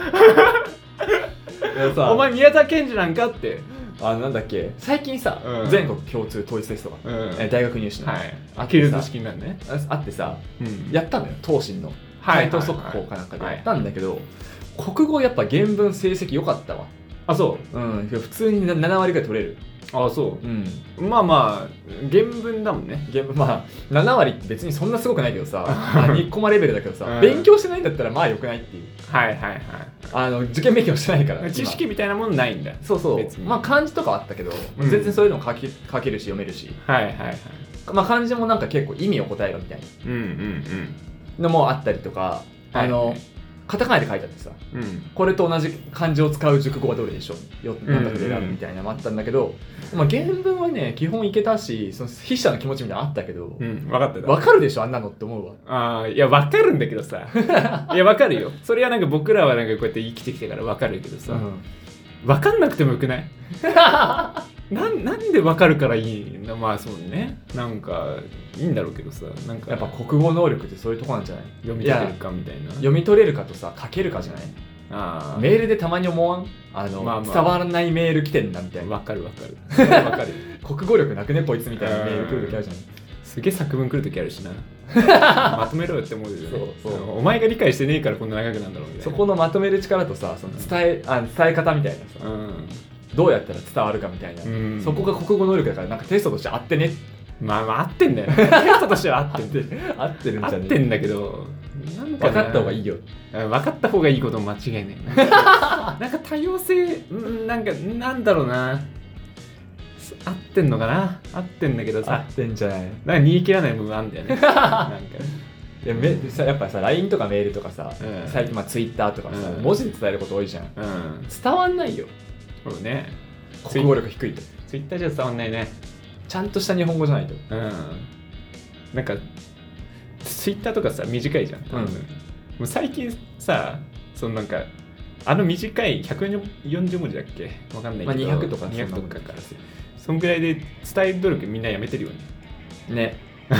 お前宮田賢治なんかってあなんだっけ最近さ、うん、全国共通統一テストが、うん、え大学入試の、 はい、あキルズ式なんねあってさ、うん、やったのよ東進の回答速報かなんかでやったんだけど、はいはいはい、国語やっぱ原文成績良かったわ。 あそう、 うん、普通にななわりぐらい取れる。 あそう、うん、まあまあ原文だもんね。 原文まあななわりって別にそんなすごくないけどさまあにコマレベルだけどさ、うん、勉強してないんだったらまあ良くないっていう。 はいはいはい。 あの受験勉強してないから知識みたいなもんないんだ。 そうそう別にまあ漢字とかはあったけど、うん、全然そういうのも書け、書けるし読めるし。 はいはいはい。 まあ、漢字もなんか結構意味を答えろみたいなのもあったりとか、うんうんうん、あの、はい、カタカナで書いてあってさ、うん、これと同じ漢字を使う熟語はどれでしょうよ何択で選ぶみたいなのもあったんだけど、うんうん、まあ、原文はね基本いけたし、その筆者の気持ちみたいなのあったけど、うん、分かってた。分かるでしょあんなのって思うわ。 あ、いや分かるんだけどさいや分かるよ、それはなんか僕らはなんかこうやって生きてきてから分かるけどさ、うん、分かんなくてもよくないな, なんで分かるからいいの。まあそうね、なんかいいんだろうけどさ、なんかやっぱ国語能力ってそういうとこなんじゃない？ 読み取れるかみたいな。 読み取れるかとさ、書けるかじゃない？あ、メールでたまに思わん？あの、まあまあ、伝わらないメール来てんなみたいな。 分かる分かる分かる国語力なくねこいつみたいなメール来るときあるじゃん。 すげえ作文来るときあるしなまとめろよって思うよね。そうそう、お前が理解してねえからこんな長くなんだろうみたいな。 そこのまとめる力とさ、その伝え、あ、伝え方みたいなさ、うん、どうやったら伝わるかみたいな、うん、そこが国語能力だから、なんかテストとして合ってね。 まあまあ合ってんだよテストとしては合ってん合ってるんじゃね合ってんだけど、 なんか分かった方がいいよ。 分かった方がいいことも間違いないなんか多様性、なんかなんだろうな、合ってんのかな、合ってんだけどさ、 合ってんじゃない、 なんか煮え切らない部分あるんだよねなんかいやめさやっぱさ ライン とかメールとかさ、うん、最近まあ Twitter とかさ、うん、文字で伝えること多いじゃん、うん、伝わんないよ。 そうね、 国語力低いと Twitter じゃ伝わんないね。 ちゃんとした日本語じゃないと、うん、 なんか Twitter とかさ短いじゃん、うん、もう最近さ、そのなんかあの短いひゃくよんじゅう文字だっけわかんないけど、まあ、 にひゃくとかにひゃくとかからそんぐらいで伝える努力みんなやめてるよね。 ね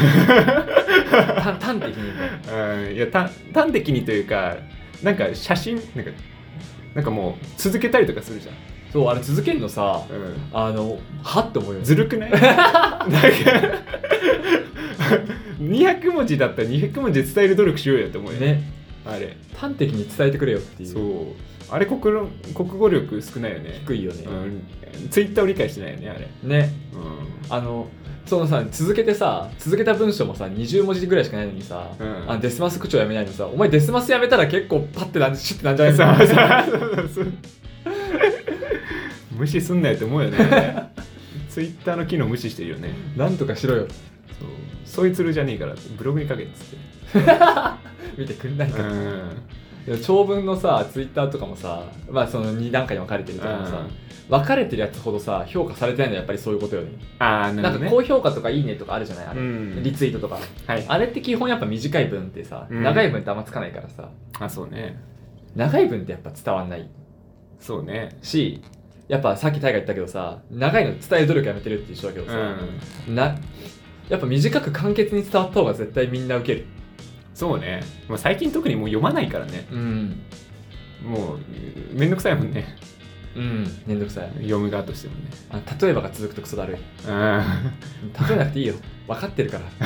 端的に、 うん、いや端的にというか、なんか写真なんかなんかもう続けたりとかするじゃん。 そう、あれ続けるのさ、うん、あのはって思うよ。 ずるくない？なんかにひゃく文字だったらにひゃく文字で伝える努力しようよって思うよね。あれ端的に伝えてくれよっていう。 そう、あれ 国, 国語力少ないよね。 低いよね、 うん、ツイッターを理解してないよねあれね、うん、あのそのさ、続けてさ、続けた文章もさにじゅう文字ぐらいしかないのにさ、うん、あデスマス口調やめないのにさ、お前デスマスやめたら結構パッてなんシュッてなんじゃないですか無視すんなよって思うよねツイッターの機能無視してるよね。 なんとかしろよ。 そう、そいつるじゃねえからブログに書けっつって見てくんないから、うん、長文のさツイッターとかもさ、まあそのに段階に分かれてるとかもさ、うん、分かれてるやつほどさ評価されてないのはやっぱりそういうことよね。 あー、なるほどね。 なんか高評価とかいいねとかあるじゃない、あれ、うん、リツイートとか、はい、あれって基本やっぱ短い文ってさ、うん、長い文ってあんまつかないからさ。 あ、そうね、 長い文ってやっぱ伝わんない。 そうね。 し、やっぱさっきタイが言ったけどさ、長いの伝える努力やめてるって一緒だけどさ、うん、なやっぱ短く簡潔に伝わった方が絶対みんな受ける。 そうね、もう最近特にもう読まないからね、うん、もうめんどくさいもんね。 うん、めんどくさい、 読む側としてもね。 あ、例えばが続くとクソだるい。うん、例えなくていいよ、分かってるから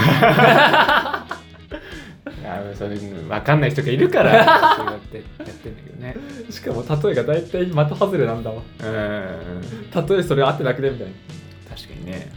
いや、それ分かんない人がいるからそうやってやってんだけどね。 しかも例えが大体的外れなんだわ。うん、例えそれ合ってなくねみたいな。 確かにね。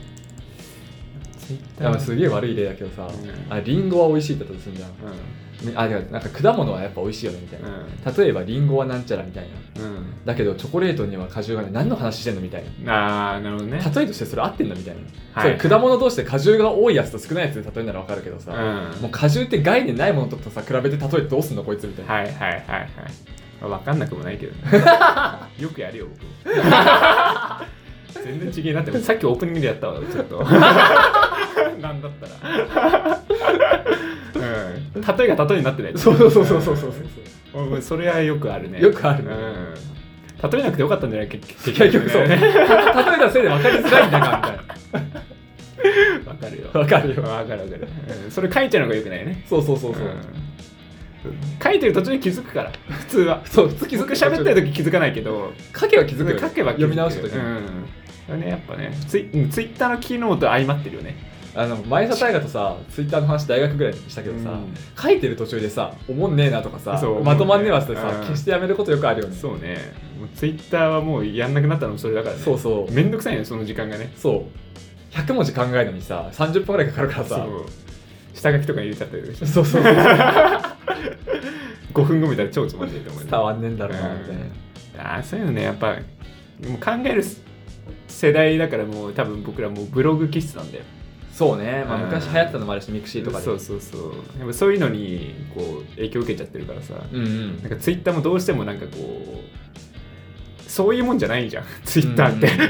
すげえ悪い例だけどさ、うん、あリンゴは美味しいって言ったとするじゃん、うん、あ、なんか果物はやっぱ美味しいよねみたいな、うん、例えばリンゴはなんちゃらみたいな、うん、だけどチョコレートには果汁がね、何の話してんのみたいな。あー、なるほどね。 例えとしてそれ合ってんのみたいな、はい、それ果物同士で果汁が多いやつと少ないやつで例えなら分かるけどさ、うん、もう果汁って概念ないものとさ比べて例えてどうすんのこいつみたいな。 はいはいはいはい、分かんなくもないけど、ね、よくやるよ僕全然違えなって。さっきオープニングでやったわちょっとなんだったら、うん、例えが例えになってない。 そうそうそうそうそうそうそう、それはよくあるね。 よくあるね、 うん、例えなくてよかったんじゃない結局そうね例えたせいで分かりづらいんだからみたいな。 分かるよ分かるよ分かる分かる、うん、それ書いちゃうのがよくないね。 そうそうそうそう、うん、 書いてる途中に気づくから普通は。そう、普通気づく。喋ってる時気づかないけど書けば気づくよ、ね、 書けば気づく。 読み直した時に、 うん、ね、やっぱねツイ、ツイッターの機能と相まってるよね。 あの前田大我とさツイッターの話大学ぐらいにしたけどさ、うん、書いてる途中でさおもんねえなとかさまとまんねえわってさ、うん、消してやめることよくあるよね。 そうね、もうツイッターはもうやんなくなったのもそれだからね。そうそう、めんどくさいねその時間がね。 そう、ひゃく文字考えるのにささんじゅっぷんぐらいかかるからさ、そう下書きとか入れちゃったりして。 そうそうごふんご見たら超つまんないと思う、ね、 伝わんねえんだろうなみたいな、 うん、あ、そういうのね、やっぱもう考える世代だから、もう多分僕らもうブログ気質なんだよ。 そうね、まあ、昔流行ってたのもあるしミクシーとかでそうそうそうやっぱそういうのにこう影響を受けちゃってるからさ、 うんうん、 なんかツイッターもどうしてもなんかこうそういうもんじゃないじゃんツイッターって、うん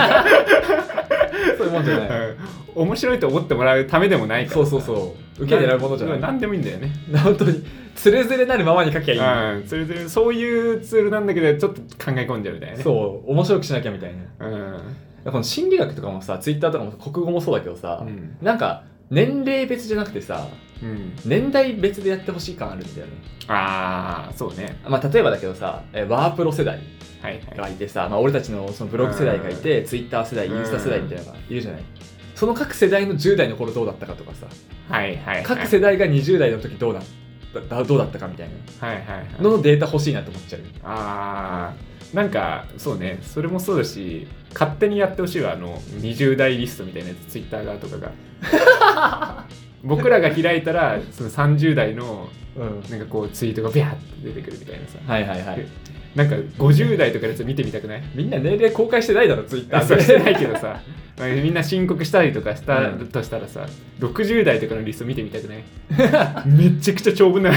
そういうもんじゃない面白いと思ってもらうためでもないからそうそうそう受け狙うものじゃない何でもいいんだよね本当につれづれなるままに書きゃいい、 うん、つれづれそういうツールなんだけどちょっと考え込んじゃうみたいなねそう面白くしなきゃみたいな、 うん、 この心理学とかもさツイッターとかも国語もそうだけどさ、うん、なんか年齢別じゃなくてさ、うん、年代別でやってほしい感あるんだよね。 ああそうね、 まあ、例えばだけどさワープロ世代がいてさ、はいはいまあ、俺たちのそのブログ世代がいて、うん、ツイッター世代インスタ世代みたいなのがいるじゃない、うん、その各世代のじゅう代の頃どうだったかとかさ、 はいはいはい、 各世代がにじゅう代の時どうだったどうだったかみたいなのデータ欲しいなと思っちゃう。 あーなんかそうねそれもそうだし勝手にやってほしいわあのにじゅう代リストみたいなやつツイッター側とかが僕らが開いたらそのさんじゅう代のなんかこうツイートがビャーって出てくるみたいなさ、 はいはいはいなんかごじゅう代とかのやつ見てみたくない？ みんな年齢公開してないだろツイッターそうしてないけどさみんな申告したりとかしたとしたらさ、うん、ろくじゅう代とかのリスト見てみたくない？めちゃくちゃ長文なの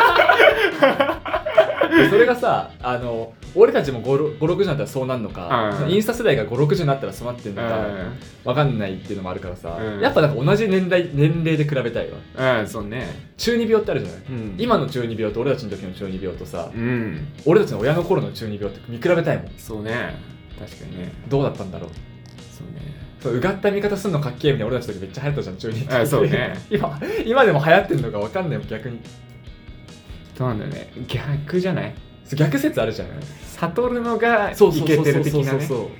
それがさあの俺たちもごじゅうろくじゅうになったらそうなるのか、うん、インスタ世代がごじゅうろくじゅうになったらそうなってるのか、うん、分かんないっていうのもあるからさ、うん、やっぱなんか同じ年代年齢で比べたいわ。 うんそうね中二病ってあるじゃない、うん、今の中二病と俺たちの時の中二病とさ、うん、俺たちの親の頃の中二病って見比べたいもん。 そうね確かにねどうだったんだろう。そうねそううがった見方すんのかっけえみたいな俺たちの時めっちゃ流行ったじゃん中二って。 あそうね今今でも流行ってんのか分かんないもん逆に。 そうなんだよね逆じゃない逆説あるじゃん悟るのがイケてる的なね。 そう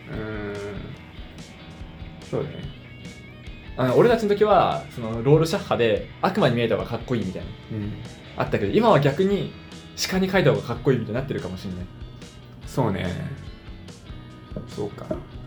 そうねあの俺たちの時はそのロールシャッハで悪魔に見えた方がかっこいいみたいな、うん、あったけど今は逆に鹿に描いた方がかっこいいみたいになってるかもしれない。 そうねそうか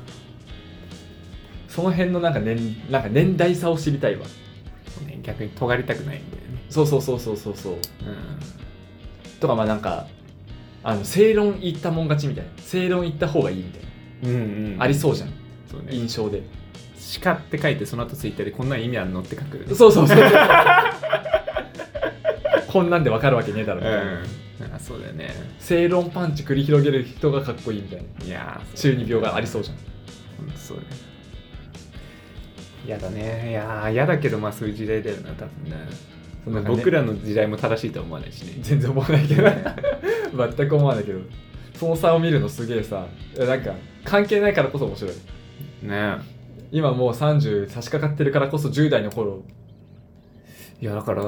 その辺のなんか 年, なんか年代差を知りたいわ。 そうね逆に尖りたくないんだよね。 そうそうそうそうそうそう、うん、とかまあなんかあの正論言ったもん勝ちみたいな正論言った方がいいみたいな、うんうん、ありそうじゃんそう、ね、印象で鹿って書いてその後ツイッターでこんな意味あるのって書く、ね、 そうそうそうこんなんで分かるわけねえだろみたいな、 うん、あそうだよね正論パンチ繰り広げる人がかっこいいみたいな。 いや中二病がありそうじゃん。 ほんとそうだね嫌だねいや嫌だけどまあそういう時代だよな多分ね。そんな僕らの時代も正しいとは思わないしね。 全然思わないけど全く思わないけどその差を見るのすげえさなんか関係ないからこそ面白いね。 今もうさんじゅう差し掛かってるからこそじゅう代の頃いやだから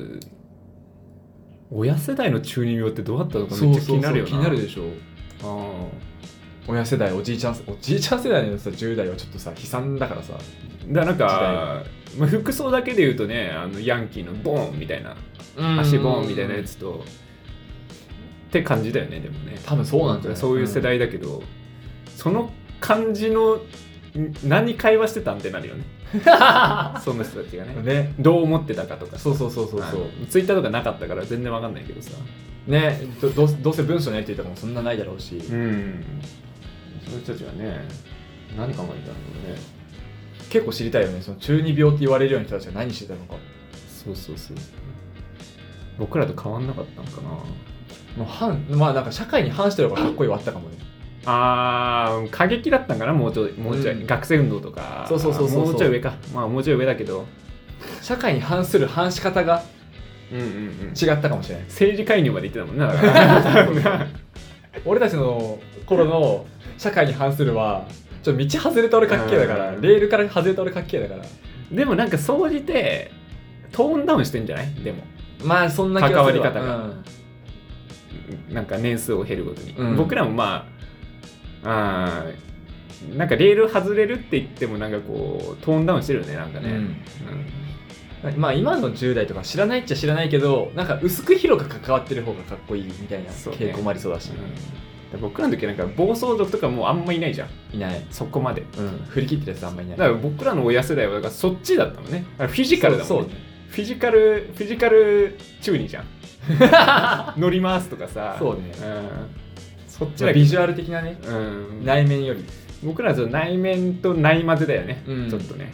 親世代の中二病ってどうだったのかめっちゃ気になるよな。 そうそうそう気になるでしょ。あ親世代おじいちゃんおじいちゃん世代のさじゅう代はちょっとさ悲惨だからさだなんか、まあ、服装だけで言うとねあのヤンキーのボーンみたいな足ボーンみたいなやつとって感じだよね。でもね多分そうなんだよね。 そういう世代だけど、うん、その感じの何会話してたんってなるよねその人たちが ね, ねどう思ってたかとか。 そうそうそうそうそうツイッターとかなかったから全然わかんないけどさね ど, ど, どうせ文章のやり取りとかもそんなないだろうし、うん、 そういう人たちはね何考えてたんだろうね。 結構知りたいよねその中二病って言われるような人たちが何してたのか。 そうそうそう僕らと変わんなかったのかな。 もう反まあなんか社会に反してる方がかっこいいはあったかもね。 あー過激だったんかなもうちょいもうちょい、うん、学生運動とかそうそうそうそうもうちょい上かまあもうちょい上だけど社会に反する反し方がうんうんうん違ったかもしれない。 政治介入まで言ってたもんなだから俺たちの頃の社会に反するはちょっと道外れた俺かっけえだからレールから外れた俺かっけえだから。 でもなんか総じてトーンダウンしてんじゃない？でもまあそんな気がするわ。 関わり方が、うん、なんか年数を経るごとに、うん、僕らもまああなんかレール外れるって言ってもなんかこうトーンダウンしてるよねなんかね、うんうん、まあ今のじゅう代とか知らないっちゃ知らないけどなんか薄く広く関わってる方がかっこいいみたいな傾向もありそうだし、うん、 僕らの時はなんか暴走族とかもうあんまいないじゃん。 いないそこまで、 うん、振り切ってるやつあんまいない。 だから僕らの親世代はだからそっちだったのね。フィジカルだもんね。そうそうフィジカルフィジカル中二じゃん乗り回すとかさ。 そうね、 うん、そっちだビジュアル的なね、うん、内面より僕らは内面と内まぜだよね、うん、ちょっとね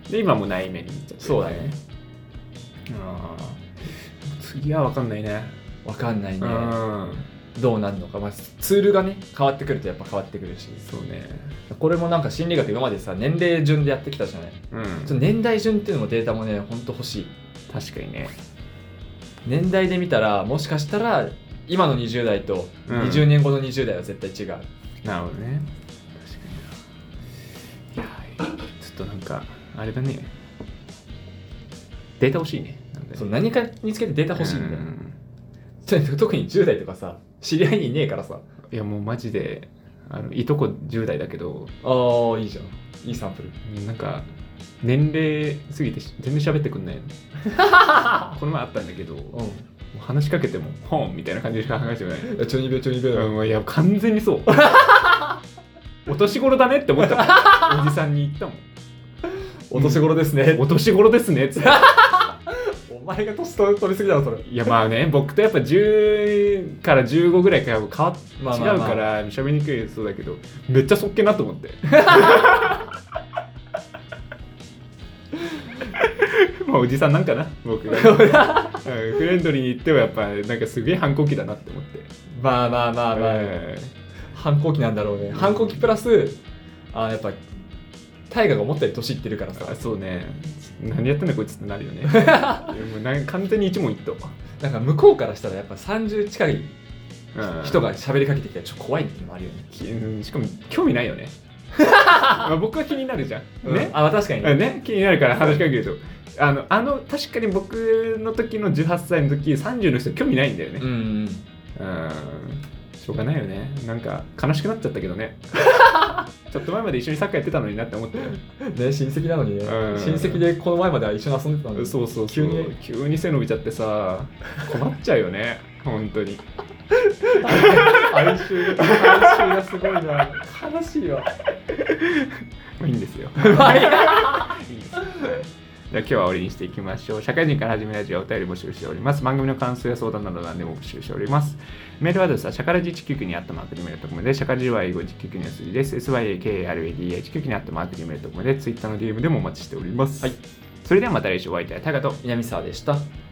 で今も内面に行っちゃってる、ね、 そうだね。 あ次は分かんないね。 分かんないね。どうなるのか、まあ、ツールがね変わってくるとやっぱ変わってくるし。 そうね。 これもなんか心理学今までさ年齢順でやってきたじゃない。うん、その年代順っていうのもデータもねほんと欲しい。 確かにね。年代で見たらもしかしたら今のにじゅう代とにじゅうねんごのにじゅう代は絶対違う、 うん、なるほどね。確かに。いやちょっとなんかあれだね、データ欲しいね。 なんでそう何かにつけてデータ欲しいんだよ、うん、特にじゅう代とかさ知り合いにいねえからさ。 いやもうマジであのいとこじゅう代だけど。 ああいいじゃん、いいサンプル。 なんか年齢過ぎて全然喋ってくんないこの前あったんだけど、うん、もう話しかけても本みたいな感じでしか話してくない。 ちょにべちょにべ、 うん、いや完全にそうお年頃だねって思ったもんおじさんに言ったもん。 お年頃ですね、 うん、お年頃ですねってお前が年取りすぎだろそれ。 いやまあね、僕とやっぱじゅうからじゅうごぐらいから変わっ、まあまあまあ、違うから喋りにくいそうだけどめっちゃそっけなと思ってまあおじさんなんかな僕がフレンドリーに言ってはやっぱなんかすげえ反抗期だなって思って。 まあまあまあまあ、えー、反抗期なんだろうね。反抗期プラスあやっぱ大河が思ったより年いってるからさ。 あそうね、何やってんだこいつってなるよねもうなん完全に一問一答。 なんか向こうからしたらやっぱさんじゅう近い人が喋りかけてきたらちょっと怖いっていうのもあるよね。 しかも興味ないよねまあ僕は気になるじゃん、ね、 うん、あ確かにね, ね気になるから話しかけるとあのあの確かに僕の時のじゅうはっさいの時さんじゅうの人興味ないんだよね。うん、うん、しょうがないよね。なんか悲しくなっちゃったけどねちょっと前まで一緒にサッカーやってたのになって思ってね。 親戚なのにね、うん、親戚でこの前までは一緒に遊んでたのに。 そうそうそう、急に急に背伸びちゃってさ困っちゃうよね本当に哀愁がすごいな。悲しいわいいんですよいいんです、はい、じゃあ今日は終わりにしていきましょう。社会人から始めラジオお便り募集しております。番組の感想や相談など何でも募集しております。メールアドレスはシャカラジいちきゅうきゅうにアットマークジメルドットコムで、シャカラジは英語いちきゅうきゅうにの数字です。エスワイエーケーアールエーディーエーいちきゅうきゅうにアットマークジメルドットコムで、ツイッターの ディーエム でもお待ちしております。はい、それではまた来週お会いいたい。タカと南沢でした。